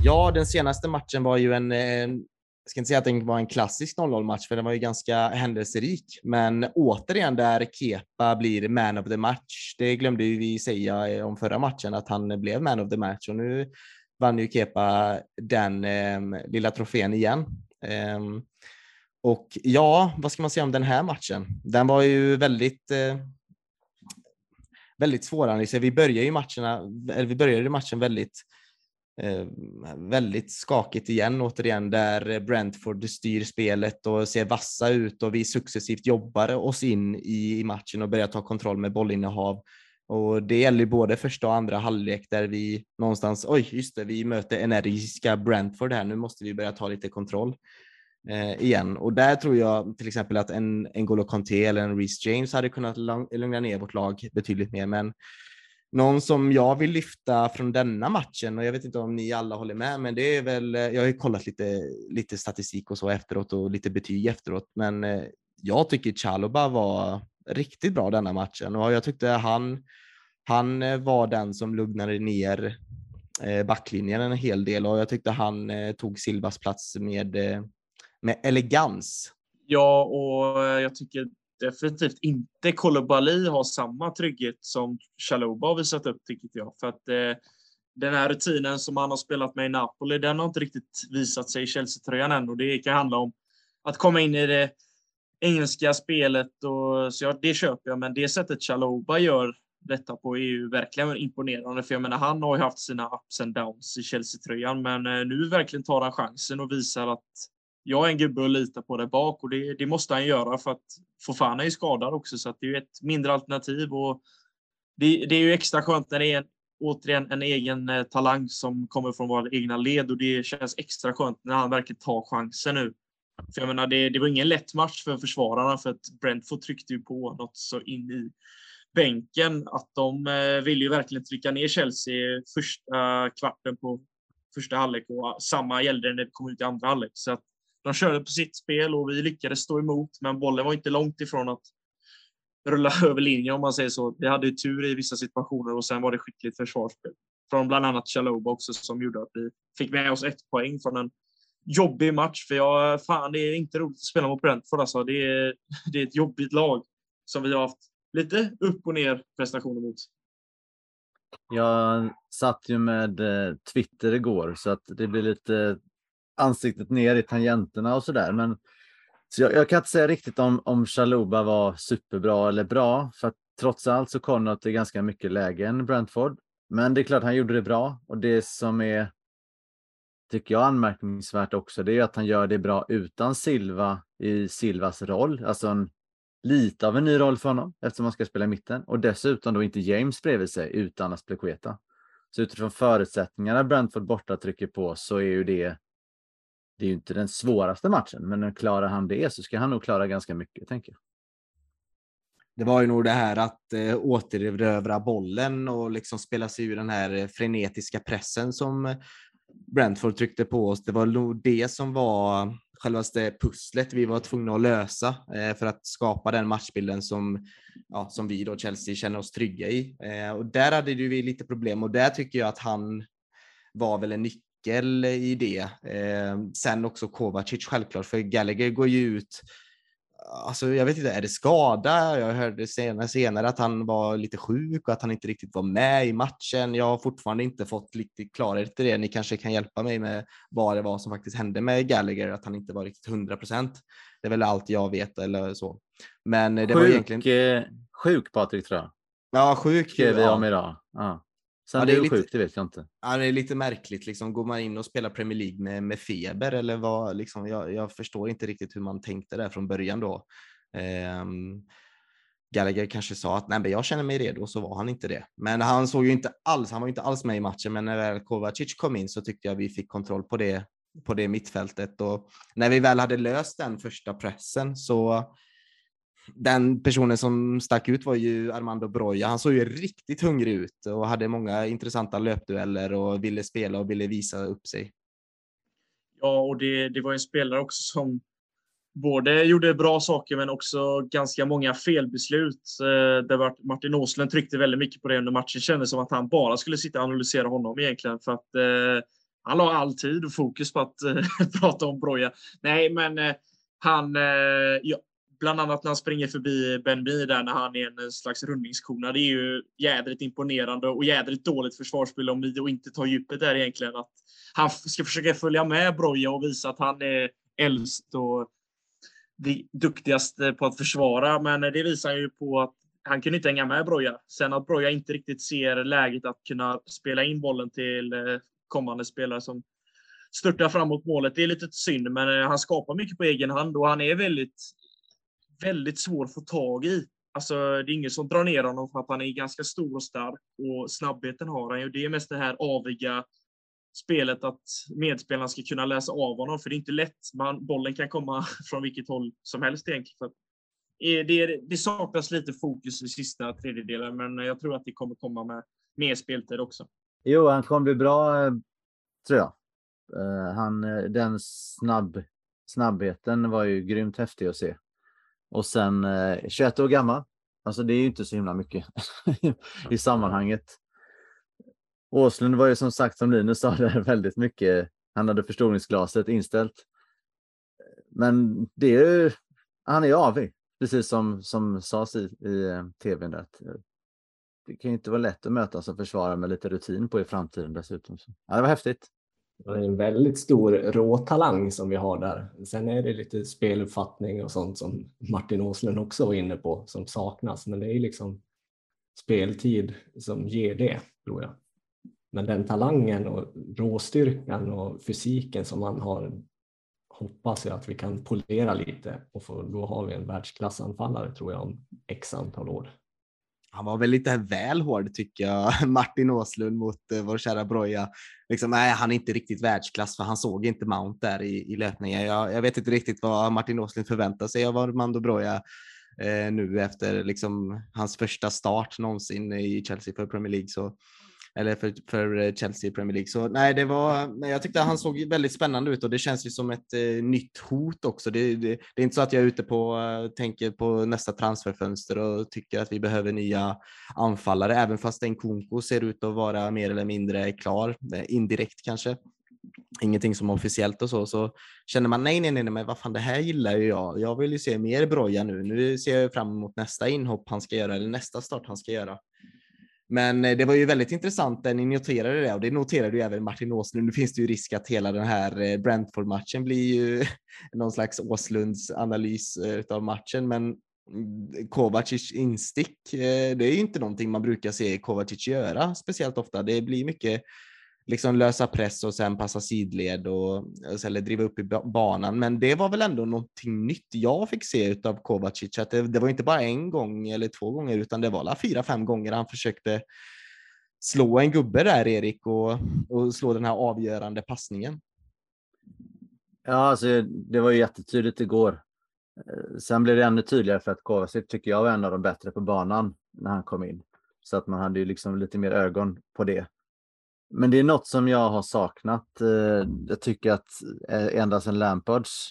Ja, den senaste matchen var ju jag ska inte säga att det var en klassisk 0-0-match, för den var ju ganska händelserik. Men återigen där Kepa blir man of the match. Det glömde ju vi säga om förra matchen, att han blev man of the match. Och nu vann ju Kepa den lilla trofén igen. Och ja, vad ska man säga om den här matchen? Den var ju väldigt svåranalyserad. Vi började matchen väldigt skakigt igen, återigen, där Brentford styr spelet och ser vassa ut, och vi successivt jobbar oss in i matchen och börjar ta kontroll med bollinnehav. Och det gäller både första och andra halvlek, där vi någonstans, vi möter energiska Brentford här, nu måste vi börja ta lite kontroll igen. Och där tror jag till exempel att en N'Golo Kanté eller en Reece James hade kunnat lugna ner vårt lag betydligt mer. Men någon som jag vill lyfta från denna matchen, och jag vet inte om ni alla håller med, men det är väl, jag har ju kollat lite statistik och så efteråt och lite betyg efteråt, men jag tycker Chalobah var riktigt bra denna matchen, och jag tyckte han var den som lugnade ner backlinjen en hel del, och jag tyckte han tog Silvas plats med elegans. Ja, och jag tycker definitivt inte Koulibaly har samma trygghet som Chalobah har visat upp, tycker jag. För att den här rutinen som han har spelat med i Napoli, den har inte riktigt visat sig i Chelsea-tröjan än. Och det kan handla om att komma in i det engelska spelet. Så det köper jag. Men det sättet Chalobah gör detta på är ju verkligen imponerande. För jag menar, han har ju haft sina ups and downs i Chelsea-tröjan. Men nu verkligen tar han chansen och visar att jag är en gubbe och litar på det bak, och det måste han göra, för att Fofana är ju skadad också, så att det är ju ett mindre alternativ, och det är ju extra skönt när det är återigen en egen talang som kommer från våra egna led, och det känns extra skönt när han verkligen tar chansen nu. För jag menar, det var ingen lätt match för försvararna, för att Brentford tryckte ju på något så in i bänken att de vill ju verkligen trycka ner Chelsea första kvarten på första halvlek, och samma gällde när det kom ut i andra halvlek. Så att de körde på sitt spel och vi lyckades stå emot, men bollen var inte långt ifrån att rulla över linjen, om man säger så. Vi hade ju tur i vissa situationer, och sen var det skickligt försvarsspel från bland annat Chalobah också, som gjorde att vi fick med oss 1 poäng från en jobbig match. För det är inte roligt att spela mot Brentford, alltså. Det är ett jobbigt lag som vi har haft lite upp och ner prestationer mot. Jag satt ju med Twitter igår, så att det blir lite ansiktet ner i tangenterna och sådär. Men så jag kan inte säga riktigt om Chalobah var superbra eller bra, för att trots allt så kom det till ganska mycket läge än Brentford. Men det är klart han gjorde det bra, och det som är, tycker jag, anmärkningsvärt också, det är att han gör det bra utan Silva i Silvas roll. Alltså lite av en ny roll för honom, eftersom han ska spela i mitten, och dessutom då inte James bredvid sig utan Azpilicueta. Så utifrån förutsättningarna Brentford borta trycker på, så är ju det är ju inte den svåraste matchen, men när klarar han det så ska han nog klara ganska mycket, tänker jag. Det var ju nog det här att återerövra bollen och liksom spela sig ur den här frenetiska pressen som Brentford tryckte på oss. Det var nog det som var självaste pusslet vi var tvungna att lösa för att skapa den matchbilden som vi då, Chelsea, känner oss trygga i. Och där hade vi lite problem, och där tycker jag att han var väl en nyckel i det. Sen också Kovacic, självklart, för Gallagher går ju ut, alltså jag vet inte, är det skada? Jag hörde senare att han var lite sjuk och att han inte riktigt var med i matchen. Jag har fortfarande inte fått riktigt klarhet i det. Ni kanske kan hjälpa mig med vad det var som faktiskt hände med Gallagher, att han inte var riktigt 100%. Det är väl allt jag vet eller så. Men det var egentligen sjuk, Patrik, tror jag. Ja, sjuk skrev vi om idag. Ja. Sen det är lite sjukt, det vet jag inte. Ja, det är lite märkligt. Liksom, går man in och spelar Premier League med feber eller vad? Liksom, jag förstår inte riktigt hur man tänkte där från början då. Gallagher kanske sa att nej, men jag känner mig redo, och så var han inte det. Men han var ju inte alls med i matchen. Men när väl Kovacic kom in så tyckte jag vi fick kontroll på det mittfältet. Och när vi väl hade löst den första pressen, så den personen som stack ut var ju Armando Broja. Han såg ju riktigt hungrig ut och hade många intressanta löpdueller och ville spela och ville visa upp sig. Ja, och det var en spelare också som både gjorde bra saker men också ganska många felbeslut. Där Martin Åslund tryckte väldigt mycket på det under matchen. Det kändes som att han bara skulle sitta och analysera honom egentligen, för att han la all tid och fokus på att prata om Broja. Nej, men bland annat när han springer förbi Ben Mee där när han är en slags rundningskona. Det är ju jädrigt imponerande och jädrigt dåligt försvarsspel om Mio inte tar djupet där egentligen. Att han ska försöka följa med Broja och visa att han är äldst och duktigast på att försvara. Men det visar ju på att han kunde inte hänga med Broja. Sen att Broja inte riktigt ser läget att kunna spela in bollen till kommande spelare som störtar fram mot målet. Det är lite synd, men han skapar mycket på egen hand och han är väldigt, väldigt svår att få tag i. Alltså, det är ingen som drar ner honom för att han är ganska stor och stark och snabbheten har han ju. Det är mest det här aviga spelet att medspelarna ska kunna läsa av honom, för det är inte lätt. Bollen kan komma från vilket håll som helst egentligen. Så det saknas lite fokus i sista tredjedelen, men jag tror att det kommer komma med mer speltid också. Jo, han kommer bli bra, tror jag. Den snabbheten var ju grymt häftig att se. Och sen 21 år gammal. Alltså det är ju inte så himla mycket i sammanhanget. Åslund var ju som sagt, som Linus sa, där väldigt mycket. Han hade förstoringsglaset inställt. Men det är ju, han är avig. Precis som sades i tvn. Att det kan ju inte vara lätt att mötas och försvara med lite rutin på i framtiden dessutom. Ja, det var häftigt. Det är en väldigt stor råtalang som vi har där. Sen är det lite speluppfattning och sånt som Martin Åslund också var inne på som saknas. Men det är liksom speltid som ger det, tror jag. Men den talangen och råstyrkan och fysiken som man har, hoppas jag att vi kan polera lite. Och då har vi en världsklassanfallare, tror jag, om x antal år. Han var väl lite väl hård, tycker jag, Martin Åslund mot vår kära Broja. Liksom, nej, han är inte riktigt världsklass, för han såg inte Mount där i löpningen. Jag vet inte riktigt vad Martin Åslund förväntar sig av Armando Broja nu efter liksom hans första start någonsin i Chelsea för Premier League. Så, eller för Chelsea i Premier League. Så nej, jag tyckte att han såg väldigt spännande ut och det känns ju som ett nytt hot också. Det är inte så att jag är ute på tänker på nästa transferfönster och tycker att vi behöver nya anfallare, även fast Nkunku ser ut att vara mer eller mindre klar, indirekt kanske. Ingenting som officiellt och så känner man nej, men vad fan, det här gillar ju jag. Jag vill ju se mer Broja nu. Nu ser jag fram emot nästa inhopp han ska göra, eller nästa start han ska göra. Men det var ju väldigt intressant när ni noterade det, och det noterade ju även Martin Åslund. Nu finns det ju risk att hela den här Brentford-matchen blir ju någon slags Åslunds analys av matchen, men Kovacic instick, det är ju inte någonting man brukar se Kovacic göra speciellt ofta. Det blir mycket liksom lösa press och sen passa sidled eller driva upp i banan. Men det var väl ändå någonting nytt jag fick se utav Kovacic. Att det var inte bara en gång eller 2 gånger, utan det var 4-5 gånger han försökte slå en gubbe där, Erik, och slå den här avgörande passningen. Ja, alltså det var ju jättetydligt igår. Sen blev det ännu tydligare för att Kovacic tycker jag var en av de bättre på banan när han kom in. Så att man hade ju liksom lite mer ögon på det. Men det är något som jag har saknat. Jag tycker att ända sedan Lampards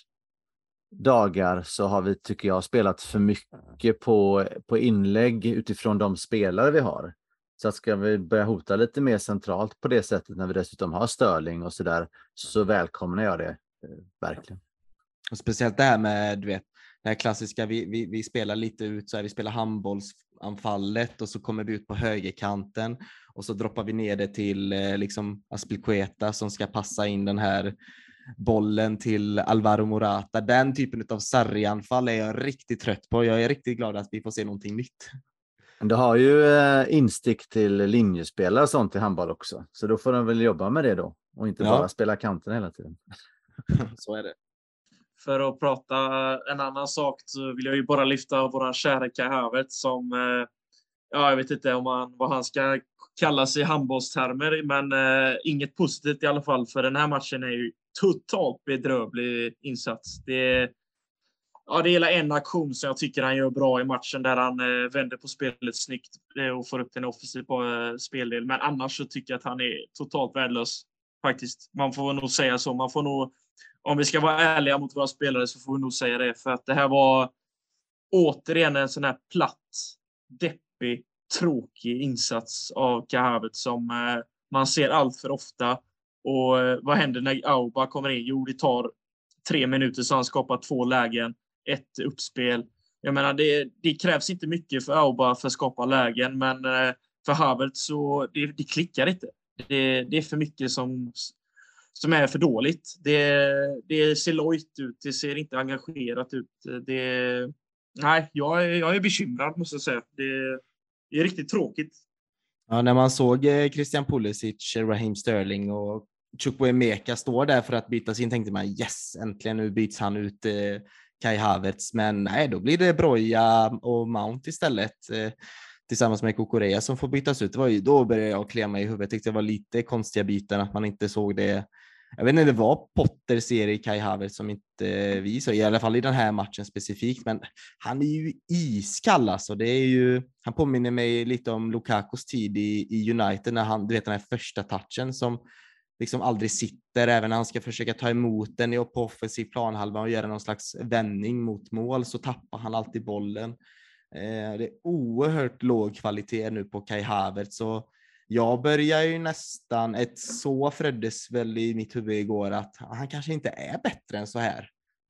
dagar så har vi, tycker jag, spelat för mycket på inlägg utifrån de spelare vi har. Så att ska vi börja hota lite mer centralt på det sättet när vi dessutom har Sterling och sådär, så välkomnar jag det verkligen. Och speciellt det här med, du vet, det här klassiska, vi spelar lite ut så här, vi spelar handbollsanfallet och så kommer vi ut på högerkanten och så droppar vi ner det till liksom Azpilicueta som ska passa in den här bollen till Alvaro Morata. Den typen av sarrianfall är jag riktigt trött på. Jag är riktigt glad att vi får se någonting nytt. Du har ju instick till linjespelare och sånt i handboll också. Så då får de väl jobba med det då och inte bara spela kanten hela tiden. Så är det. För att prata en annan sak så vill jag ju bara lyfta våran kära Kai Havertz som, jag vet inte vad han ska kallas i handbollstermer, men inget positivt i alla fall, för den här matchen är ju totalt bedrövlig insats. Det är hela en aktion som jag tycker han gör bra i matchen där han vänder på spelet snyggt och får upp en offensiv speldel, men annars så tycker jag att han är totalt värdelös faktiskt. Man får nog säga så, man får nog, om vi ska vara ärliga mot våra spelare så får vi nog säga det, för att det här var återigen en sån här platt, deppig, tråkig insats av Kai Havertz som man ser allt för ofta. Och vad händer när Auba kommer in? Jo, det tar 3 minuter så han skapar 2 lägen, 1 uppspel. Jag menar, det krävs inte mycket för Auba för att skapa lägen, men för Havertz så det klickar inte. Det är för mycket som är för dåligt. Det ser lojt ut, det ser inte engagerat ut. Nej, jag är bekymrad måste jag säga. Det är riktigt tråkigt. Ja, när man såg Christian Pulisic, Raheem Sterling och Chukwuemeka står där för att bytas in tänkte man yes, äntligen nu byts han ut Kai Havertz. Men nej, då blir det Broja och Mount istället tillsammans med Kukureya som får bytas ut. Då började jag klia mig i huvudet. Jag tyckte det var lite konstiga byten att man inte såg det. Jag vet inte, det var Potter ser i Kai Havertz som inte vi så i alla fall i den här matchen specifikt, men han är ju iskall alltså. Det är ju, han påminner mig lite om Lukakos tid i United när han, du vet den här första touchen som liksom aldrig sitter, även när han ska försöka ta emot den på offensiv planhalva och göra någon slags vändning mot mål så tappar han alltid bollen. Det är oerhört låg kvalitet nu på Kai Havertz, så jag börjar ju nästan, så föddes väl i mitt huvud igår att han kanske inte är bättre än så här.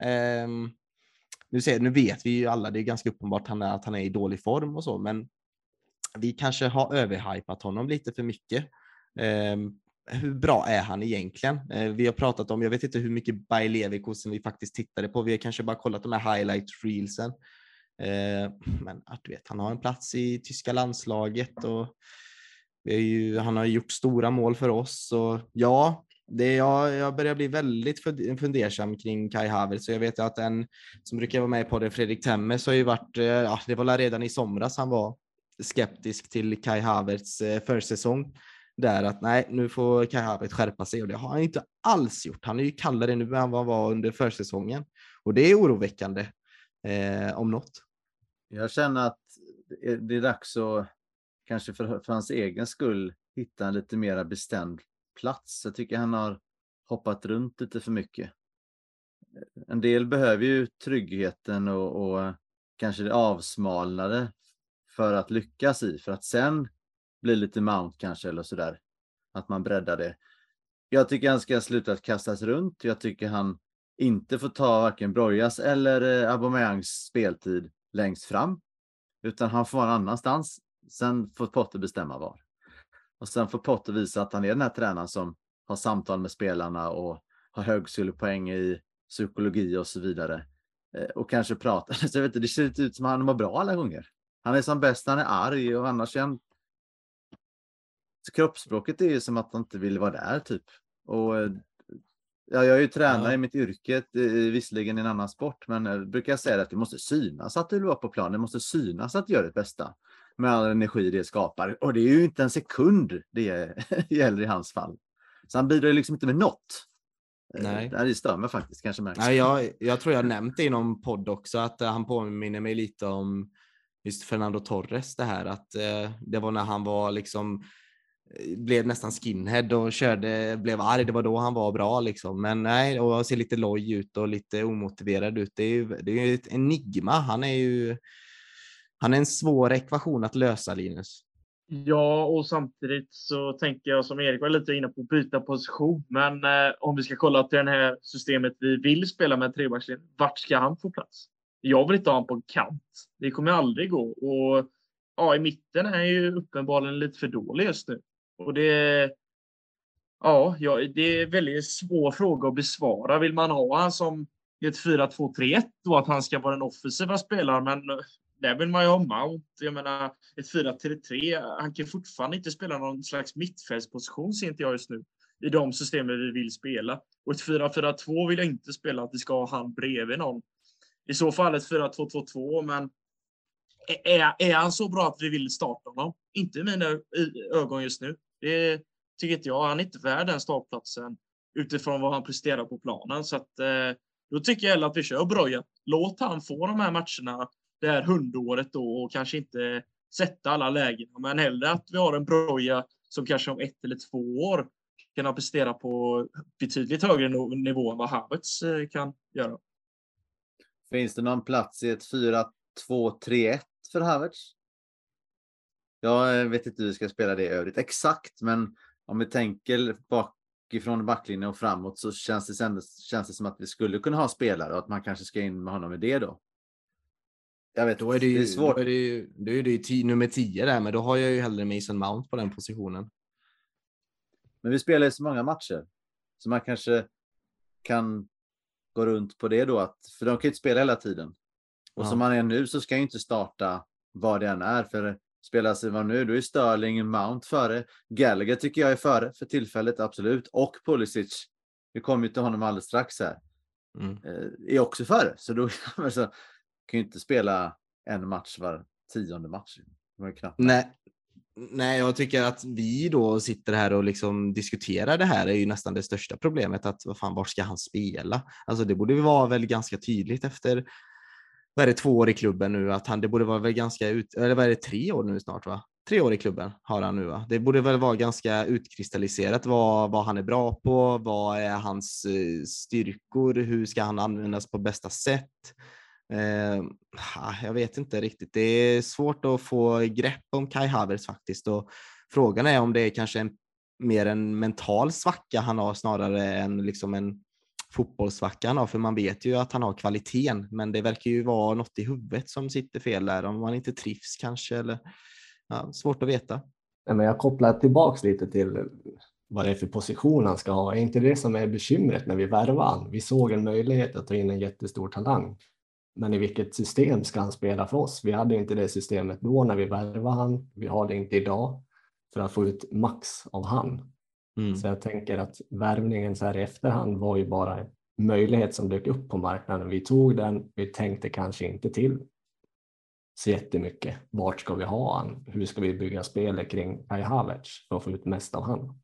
Nu vet vi ju alla, det är ganska uppenbart att han är i dålig form och så, men vi kanske har överhypat honom lite för mycket. Hur bra är han egentligen? Vi har pratat om, jag vet inte hur mycket Bayer Leverkusen vi faktiskt tittade på, vi har kanske bara kollat de här highlight reelsen. Men att du vet, han har en plats i tyska landslaget och han har gjort stora mål för oss, så ja, jag börjar bli väldigt fundersam kring Kai Havertz. Så jag vet att en som brukar vara med på det, Fredrik Temmes, har ju varit, det var redan i somras han var skeptisk till Kai Havertz försäsong där att nej, nu får Kai Havertz skärpa sig, och det har han inte alls gjort. Han är ju kallare nu än vad han var under försäsongen och det är oroväckande om något. Jag känner att det är dags att kanske för hans egen skull hitta en lite mer bestämd plats. Jag tycker han har hoppat runt lite för mycket. En del behöver ju tryggheten och kanske det avsmalnade för att lyckas i, för att sen bli lite Mount kanske eller sådär. Att man breddar det. Jag tycker han ska sluta att kastas runt. Jag tycker han inte får ta varken Brojas eller Aubameyangs speltid längst fram. Utan han får vara någon annanstans. Sen får Potter bestämma var. Och sen får Potter visa att han är den här tränaren som har samtal med spelarna och har högskolepoäng i psykologi och så vidare. Och kanske pratar. Så jag vet inte, det ser inte ut som han mår bra alla gånger. Han är som bäst, han är arg och annars är han... Så kroppsspråket är ju som att han inte vill vara där typ. Och jag är ju tränare i mitt yrke, visserligen i en annan sport, men jag brukar säga att det måste synas att du vill vara på plan. Det måste synas att du gör det bästa med all energi det skapar. Och det är ju inte en sekund det gäller i hans fall. Så han bidrar liksom inte med något. Nej. Det stör mig faktiskt, kanske märks. Nej, jag tror jag nämnt det i någon podd också, att han påminner mig lite om just Fernando Torres, det här att det var när han var liksom blev nästan skinhead och blev arg, det var då han var bra liksom. Men nej, och ser lite loj ut och lite omotiverad ut. Det är ju ett enigma. Han är en svår ekvation att lösa, Linus. Ja, och samtidigt så tänker jag, som Erik var lite inne på, byta position. Men om vi ska kolla till det här systemet vi vill spela med trebackslinjen, vart ska han få plats? Jag vill inte ha honom på en kant. Det kommer aldrig gå. Och ja, i mitten är ju uppenbarligen lite för dålig just nu. Och det är väldigt svår fråga att besvara. Vill man ha han som ett 4-2-3-1 då, att han ska vara den offensiva spelaren, men där vill man ju ha Mount. Jag menar, ett 4-3-3, han kan fortfarande inte spela någon slags mittfältsposition, ser inte jag just nu, i de systemen vi vill spela. Och ett 4-4-2 vill jag inte spela, att vi ska ha han bredvid någon. I så fall ett 4-2-2-2, men är han så bra att vi vill starta honom? Inte i mina ögon just nu. Det tycker inte jag. Han är inte värd den startplatsen utifrån vad han presterar på planen. Så att, då tycker jag att vi kör Broja. Låt han få de här matcherna det här hundåret då, och kanske inte sätta alla lägen. Men hellre att vi har en Broja som kanske om 1 eller 2 år kan prestera på betydligt högre nivå än vad Havertz kan göra. Finns det någon plats i ett 4-2-3-1 för Havertz? Jag vet inte hur vi ska spela det i övrigt exakt, men om vi tänker ifrån backlinjen och framåt så känns det som att vi skulle kunna ha spelare och att man kanske ska in med honom i det då. Jag vet, Då är det ju, är svårt. Då är det ju nummer 10 där, men då har jag ju hellre Mason Mount på den positionen. Men vi spelar ju så många matcher så man kanske kan gå runt på det då, för de kan ju inte spela hela tiden. Och som man är nu så ska ju inte starta vad det än är, för spelar sig vad nu, då är Sterling Mount före. Gallagher tycker jag är före för tillfället, absolut. Och Pulisic, vi kommer ju till honom alldeles strax här, är också före. Så då alltså, kan ju inte spela en match var 10:e match. Det var ju knappt. Nej, jag tycker att vi då sitter här och liksom diskuterar det här är ju nästan det största problemet, att vart ska han spela? Alltså det borde vara väl ganska tydligt efter, vad är det, 2 år i klubben nu, att det borde vara väl ganska eller vad är det, 3 år nu snart, va? 3 år i klubben har han nu, va? Det borde väl vara ganska utkristalliserat vad han är bra på, vad är hans styrkor, hur ska han användas på bästa sätt? Jag vet inte riktigt. Det är svårt att få grepp om Kai Havertz faktiskt, och frågan är om det är kanske mer en mental svacka han har snarare än liksom en fotbollssvacka han har, för man vet ju att han har kvaliteten, men det verkar ju vara något i huvudet som sitter fel där, om man inte trivs kanske, eller svårt att veta. Men jag kopplar tillbaks lite till vad det är för position han ska ha. Är inte det som är bekymret när vi värvar han? Vi såg en möjlighet att ta in en jättestor talang. Men i vilket system ska han spela för oss? Vi hade inte det systemet då när vi värvade han. Vi har det inte idag för att få ut max av han. Så jag tänker att värvningen så här i efterhand var ju bara en möjlighet som dök upp på marknaden. Vi tog den, vi tänkte kanske inte till så jättemycket. Vart ska vi ha han? Hur ska vi bygga spelet kring Kai Havertz för att få ut mest av han?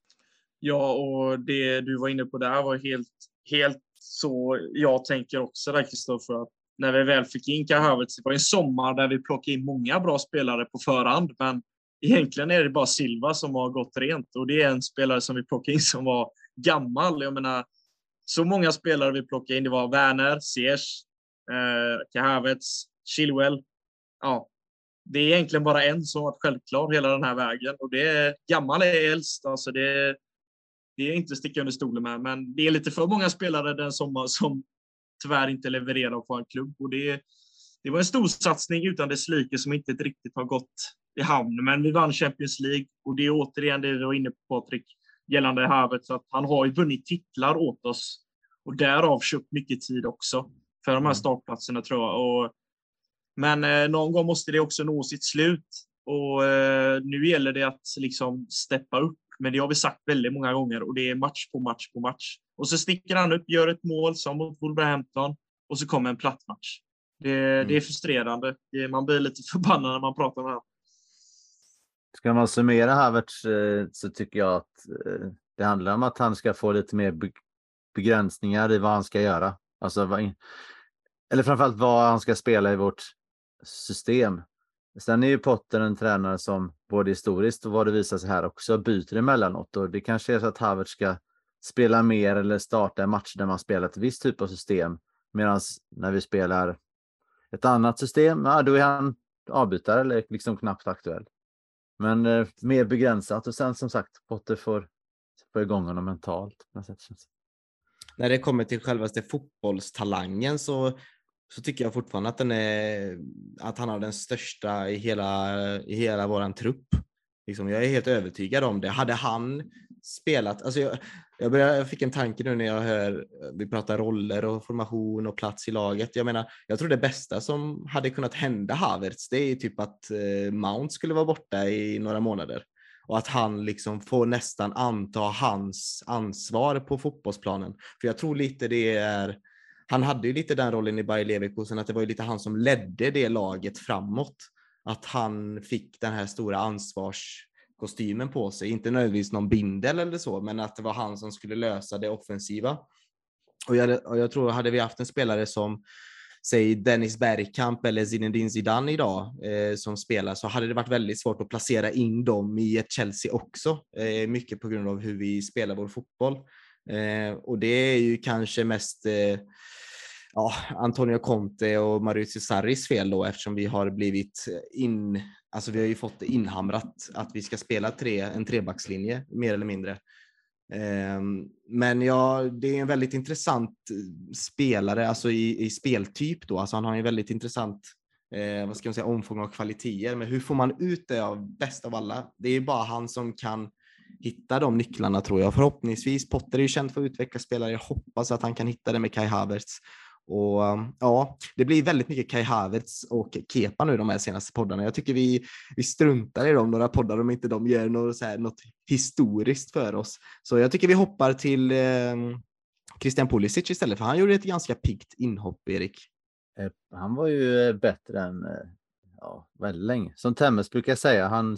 Ja, och det du var inne på där var helt så jag tänker också där, Kristoffer, att när vi väl fick in Kai Havertz, det var en sommar där vi plockade in många bra spelare på förhand, men egentligen är det bara Silva som har gått rent, och det är en spelare som vi plockade in som var gammal. Jag menar, så många spelare vi plockade in, det var Werner, Ziyech, Kai Havertz, Chilwell. Ja, det är egentligen bara en som varit självklar hela den här vägen, och det är gammal är äldst. Alltså det är inte sticka under stolen med, men det är lite för många spelare den sommar som tyvärr inte levererar på en klubb, och det var en stor satsning utan dess like som inte riktigt har gått i hamn. Men vi vann Champions League, och det är återigen det du var inne på, Patrik, gällande Havertz, att han har ju vunnit titlar åt oss, och därav köpt mycket tid också för de här startplatserna, tror jag. Men någon gång måste det också nå sitt slut, och nu gäller det att liksom steppa upp. Men det har vi sagt väldigt många gånger, och det är match på match på match. Och så sticker han upp, gör ett mål som mot Wolverhampton, och så kommer en platt match. Det är frustrerande. Man blir lite förbannad när man pratar med honom. Ska man summera Havertz så tycker jag att det handlar om att han ska få lite mer begränsningar i vad han ska göra. Alltså, eller framförallt vad han ska spela i vårt system. Sen är ju Potter en tränare som både historiskt och vad det visar sig här också byter emellanåt, och det kanske är så att Havertz ska spela mer eller starta en match där man spelar ett visst typ av system, medan när vi spelar ett annat system, då är han avbytare eller liksom knappt aktuell. Men mer begränsat, och sen som sagt Potter får igång honom mentalt. När det kommer till självaste fotbollstalangen så tycker jag fortfarande att han har den största i hela våran trupp. Liksom, jag är helt övertygad om det. Hade han spelat, alltså jag fick en tanke nu när jag hör vi pratar roller och formation och plats i laget. Jag tror det bästa som hade kunnat hända Havertz, det är typ att Mount skulle vara borta i några månader, och att han liksom får nästan anta hans ansvar på fotbollsplanen. För jag tror lite han hade ju lite den rollen i Bayer Leverkusen, att det var ju lite han som ledde det laget framåt. Att han fick den här stora ansvarskostymen på sig. Inte nödvändigtvis någon bindel eller så, men att det var han som skulle lösa det offensiva. Och jag tror, hade vi haft en spelare som säg Dennis Bergkamp eller Zinedine Zidane idag som spelar, så hade det varit väldigt svårt att placera in dem i ett Chelsea också. Mycket på grund av hur vi spelar vår fotboll. Och det är ju kanske mest Antonio Conte och Maurizio Sarris fel då, eftersom vi har blivit vi har ju fått inhamrat att vi ska spela en trebackslinje mer eller mindre. Men det är en väldigt intressant spelare, alltså i speltyp då. Alltså han har en väldigt intressant vad ska man säga, omfång och kvaliteter. Men hur får man ut det av bäst av alla? Det är bara han som kan hitta de nycklarna, tror jag. Förhoppningsvis, Potter är ju känd för att utveckla spelare. Jag hoppas att han kan hitta det med Kai Havertz. Och ja, det blir väldigt mycket Kai Havertz och Kepa nu de här senaste poddarna. Jag tycker vi struntar i dem några poddar om inte de gör något historiskt för oss. Så jag tycker vi hoppar till Christian Pulisic istället, för han gjorde ett ganska piggt inhopp, Erik. Han var ju bättre än väldigt länge. Som Temmes brukar säga, han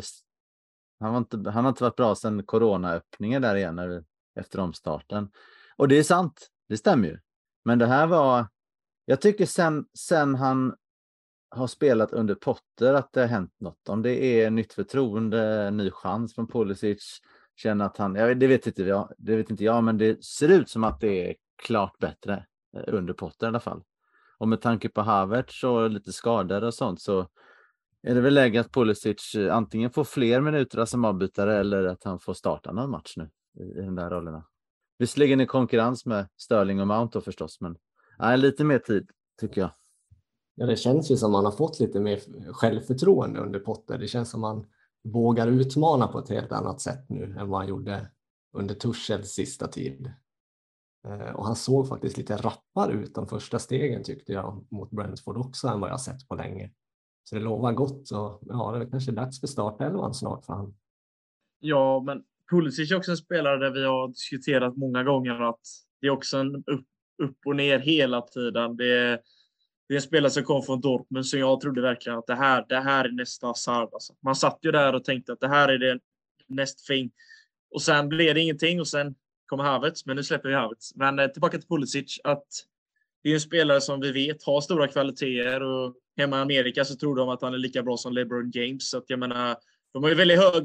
har inte varit bra sedan coronaöppningen där igen efter omstarten. Och det är sant, det stämmer ju. Men det här jag tycker sen han har spelat under Potter att det har hänt något. Om det är nytt förtroende, ny chans från Pulisic, känner att han, det vet inte jag, men det ser ut som att det är klart bättre under Potter i alla fall. Och med tanke på Havertz och lite skador och sånt, så är det väl läge att Pulisic antingen får fler minuter som avbytare eller att han får starta någon match nu i de där rollerna. Visserligen i konkurrens med Sterling och Mount då förstås, men lite mer tid tycker jag. Ja, det känns ju som man har fått lite mer självförtroende under Potter. Det känns som man vågar utmana på ett helt annat sätt nu än vad han gjorde under Tuchels sista tid. Och han såg faktiskt lite rappare ut de första stegen, tyckte jag, mot Brentford också än vad jag sett på länge. Så det lovar gott, och ja, det är kanske dags för startelvan snart för han. Ja, men Pulisic är också en spelare där vi har diskuterat många gånger att det är också en upp och ner hela tiden. Det är en spelare som kom från Dortmund, så jag trodde verkligen att det här är nästa Hazard. Alltså. Man satt ju där och tänkte att det här är det näst thing. Och sen blev det ingenting och sen kommer Havertz, men nu släpper vi Havertz. Men tillbaka till Pulisic, att det är en spelare som vi vet har stora kvaliteter, och hemma i Amerika så tror de att han är lika bra som LeBron James. Så att jag menar, de har ju väldigt hög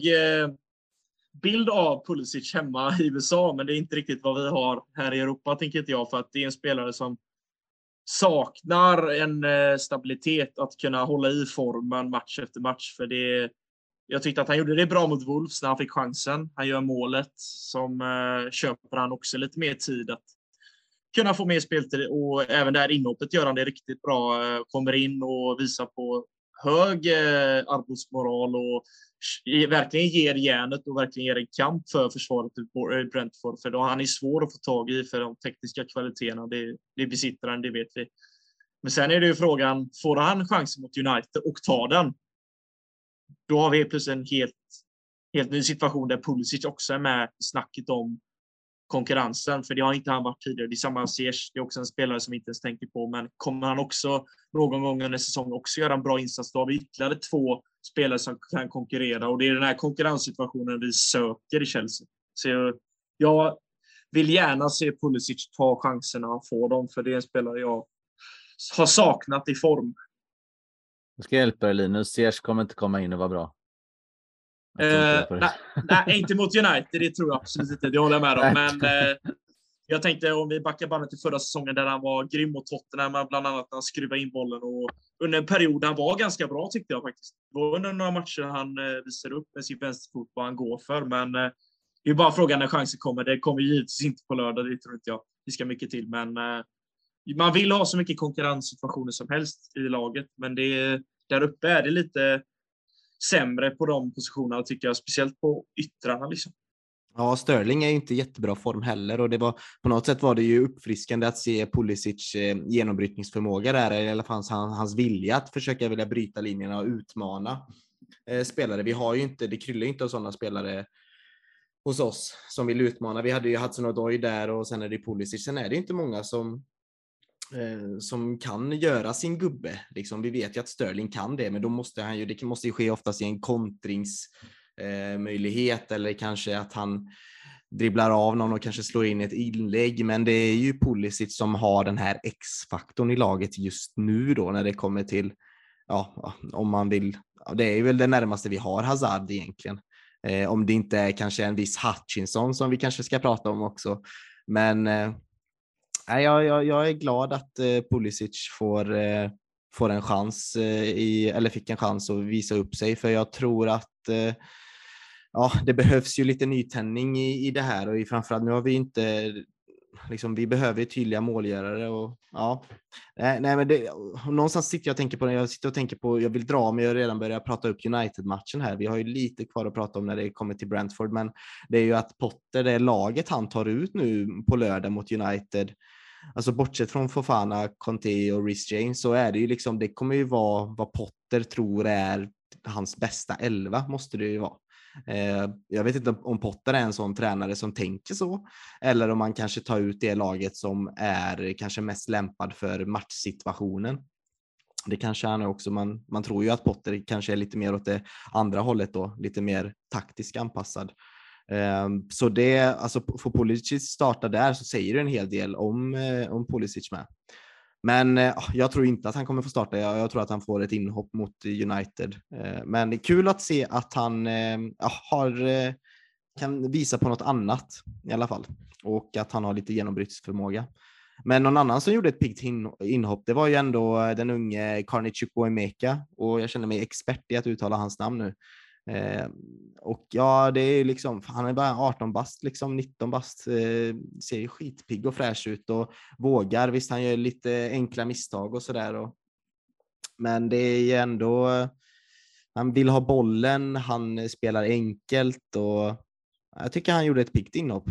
bild av Pulisic hemma i USA, men det är inte riktigt vad vi har här i Europa, tänker inte jag, för att det är en spelare som saknar en stabilitet att kunna hålla i formen match efter match. För jag tyckte att han gjorde det bra mot Wolves när han fick chansen. Han gör målet, som köper han också lite mer tid att kunna få mer speltid, och även där inhoppet gör han det riktigt bra. Kommer in och visar på hög arbetsmoral och verkligen ger järnet och verkligen ger en kamp för försvaret i Brentford. För då han är svår att få tag i, för de tekniska kvaliteterna, det besitter han, det vet vi. Men sen är det ju frågan, får han chansen mot United och tar den? Då har vi plötsligt en helt ny situation där Pulisic också är med i snacket om konkurrensen, för det har inte han varit tidigare. Det är samma Ziyech, det är också en spelare som inte ens tänker på, men kommer han också någon gång under säsongen också göra en bra insats, då har vi ytterligare 2 spelare som kan konkurrera, och det är den här konkurrenssituationen vi söker i Chelsea. Så jag vill gärna se Pulisic ta chanserna och få dem, för det är en spelare jag har saknat i form. Jag ska hjälpa dig, Linus. Ziyech kommer inte komma in och vara bra. Nej, inte mot United, det tror jag absolut inte. Det håller jag med om. Men jag tänkte, om vi backar bandet till förra säsongen där han var grym mot Tottenham, bland annat när han skruvade in bollen, och under en period han var ganska bra, tyckte jag faktiskt. Det var under några matcher han visade upp med sin vänsterfot vad han går för, men det är bara frågan när chansen kommer. Det kommer givetvis inte på lördag, det tror inte jag. Det ska mycket till, men man vill ha så mycket konkurrenssituationer som helst i laget, men där uppe är det lite sämre på de positionerna, tycker jag, speciellt på yttrarna liksom. Ja, Sterling är ju inte jättebra form heller, och på något sätt var det ju uppfriskande att se Pulisic genombrytningsförmåga där, eller i alla fall hans vilja att försöka vilja bryta linjerna och utmana spelare. Vi har ju inte, det kryllar inte av sådana spelare hos oss som vill utmana. Vi hade ju Hudson-Odoi där, och sen är det Pulisic. Sen är det inte många som kan göra sin gubbe. Liksom, vi vet ju att Sterling kan det, men då måste det måste ju ske oftast i en kontringsmöjlighet, eller kanske att han dribblar av någon och kanske slår in ett inlägg. Men det är ju Pulisic som har den här X-faktorn i laget just nu då, när det kommer till, om man vill, det är väl det närmaste vi har Hazard egentligen. Om det inte är kanske en viss Hutchinson som vi kanske ska prata om också. Men jag är glad att Pulisic får en chans eller fick en chans att visa upp sig, för jag tror att ja, det behövs ju lite nytändning i det här, och framförallt nu har vi inte liksom, vi behöver ju tydliga målgörare, och ja, nej men det, någonstans sitter jag och tänker på det. Jag sitter och tänker på, jag vill dra, men jag redan börjar prata upp United-matchen här. Vi har ju lite kvar att prata om när det kommer till Brentford, men det är ju att Potter, det laget han tar ut nu på lördag mot United, alltså bortsett från Fofana, Conte och Reece James, så är det ju liksom, det kommer ju vara vad Potter tror är hans bästa 11, måste det ju vara. Jag vet inte om Potter är en sån tränare som tänker så, eller om man kanske tar ut det laget som är kanske mest lämpad för matchsituationen. Det kanske han är också. Man tror ju att Potter kanske är lite mer åt det andra hållet då, lite mer taktiskt anpassad. Så det, alltså får Pulisic starta där, så säger det en hel del om Pulisic med. Men jag tror inte att han kommer få starta. Jag tror att han får ett inhopp mot United. Men det är kul att se att han kan visa på något annat i alla fall. Och att han har lite genombrytningsförmåga. Men någon annan som gjorde ett piggt inhopp, det var ju ändå den unge Carney Chukwuemeka. Och jag känner mig expert i att uttala hans namn nu. Och ja, det är liksom, han är bara 18 bast, liksom 19 bast, ser ju skitpigg och fräsch ut och vågar. Visst, han gör lite enkla misstag och sådär, men det är ju ändå, han vill ha bollen, han spelar enkelt, och jag tycker han gjorde ett piggt inhopp.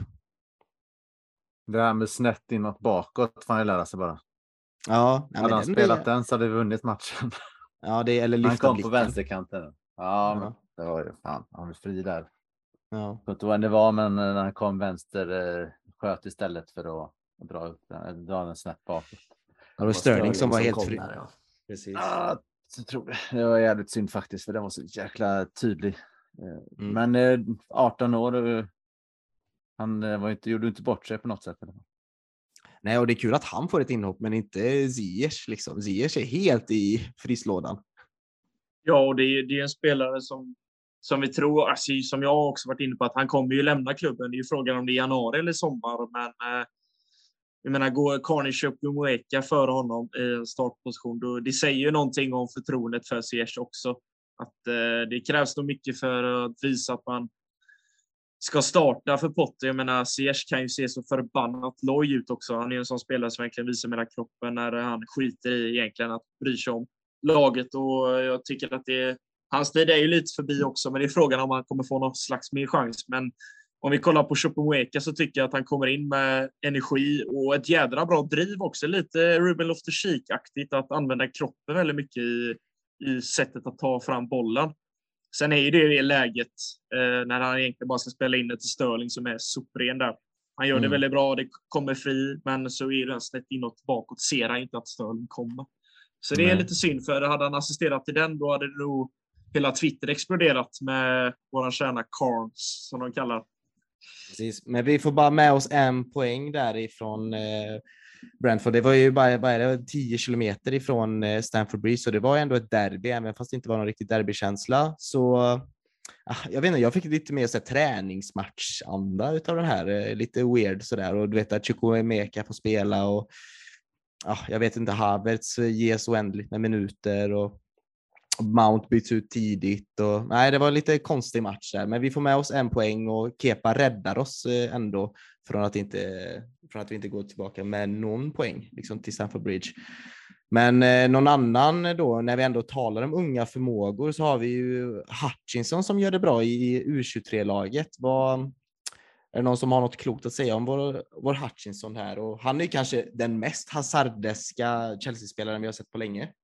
Det här med snett inåt bakåt får han lära sig bara. Ja, hade han spelat den så hade vi vunnit matchen. Ja, det, eller lyfta han kom blicken på vänsterkanten. Ja. Men det var ju fan, han var fri där. Ja. Jag vet inte vad det var, men när han kom vänster sköt istället för att dra den snett bakåt. Det var Sterling som var helt fri. Där, ja. Precis. Ja, jag tror det. Det var jävligt synd faktiskt, för den var så jäkla tydlig. Men 18 år, han gjorde inte bort sig på något sätt. Nej, och det är kul att han får ett inhopp, men inte Ziyech liksom. Ziyech är helt i fryslådan. Ja, och det är en spelare som vi tror, alltså, som jag också varit inne på, att han kommer ju lämna klubben. Det är ju frågan om det är januari eller sommar, men jag menar, går Carney Chukwuemeka före honom i en startposition, då, det säger ju någonting om förtroendet för Ziyech också. Att det krävs nog mycket för att visa att man ska starta för Potter. Jag menar, Ziyech kan ju se så förbannat loj ut också. Han är en sån spelare som verkligen visar med kroppen när han skiter i egentligen att bry sig om laget, och jag tycker att hans tid är ju lite förbi också, men det är frågan om han kommer få någon slags mer chans. Men om vi kollar på Chukwuemeka så tycker jag att han kommer in med energi och ett jädra bra driv också, lite Ruben Loftus-Cheek-aktigt, att använda kroppen väldigt mycket i sättet att ta fram bollen. Sen är ju det läget när han egentligen bara ska spela in det till Sterling som är suprem där. Han gör det väldigt bra, det kommer fri, men så är den snett inåt bakåt, ser han inte att Sterling kommer. Så det är lite synd, för hade han assisterat till den, då hade det nog hela Twitter exploderat med våran kärna Carnes, som de kallar. Precis, men vi får bara med oss en poäng därifrån Brentford. Det var ju bara 10 kilometer ifrån Stamford Bridge, så det var ändå ett derby, även fast det inte var någon riktig derbykänsla. Så jag vet inte, jag fick lite mer så här träningsmatchanda utav den här, lite weird sådär, och du vet att Chukwuemeka får spela, och jag vet inte, Havertz ges oändligt med minuter, och Mount byts ut tidigt, och nej, det var en lite konstig match där, men vi får med oss en poäng, och Kepa räddar oss ändå från att vi inte går tillbaka med någon poäng liksom till Stamford Bridge. Men någon annan då, när vi ändå talar om unga förmågor, så har vi ju Hutchinson som gör det bra i U23-laget. Är det någon som har något klokt att säga om vår Hutchinson här? Och han är ju kanske den mest hazardeska Chelsea-spelaren vi har sett på länge.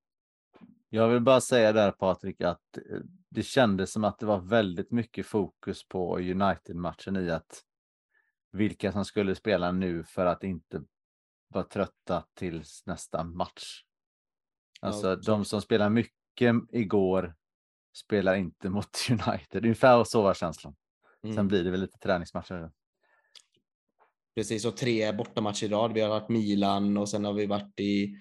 Jag vill bara säga där, Patrik, att det kändes som att det var väldigt mycket fokus på United-matchen, i att vilka som skulle spela nu för att inte vara trötta till nästa match. Alltså de som spelar mycket igår spelar inte mot United. Ungefär så var känslan. Sen blir det väl lite träningsmatcher. Precis, och 3 bortamatcher i rad. Vi har varit Milan, och sen har vi varit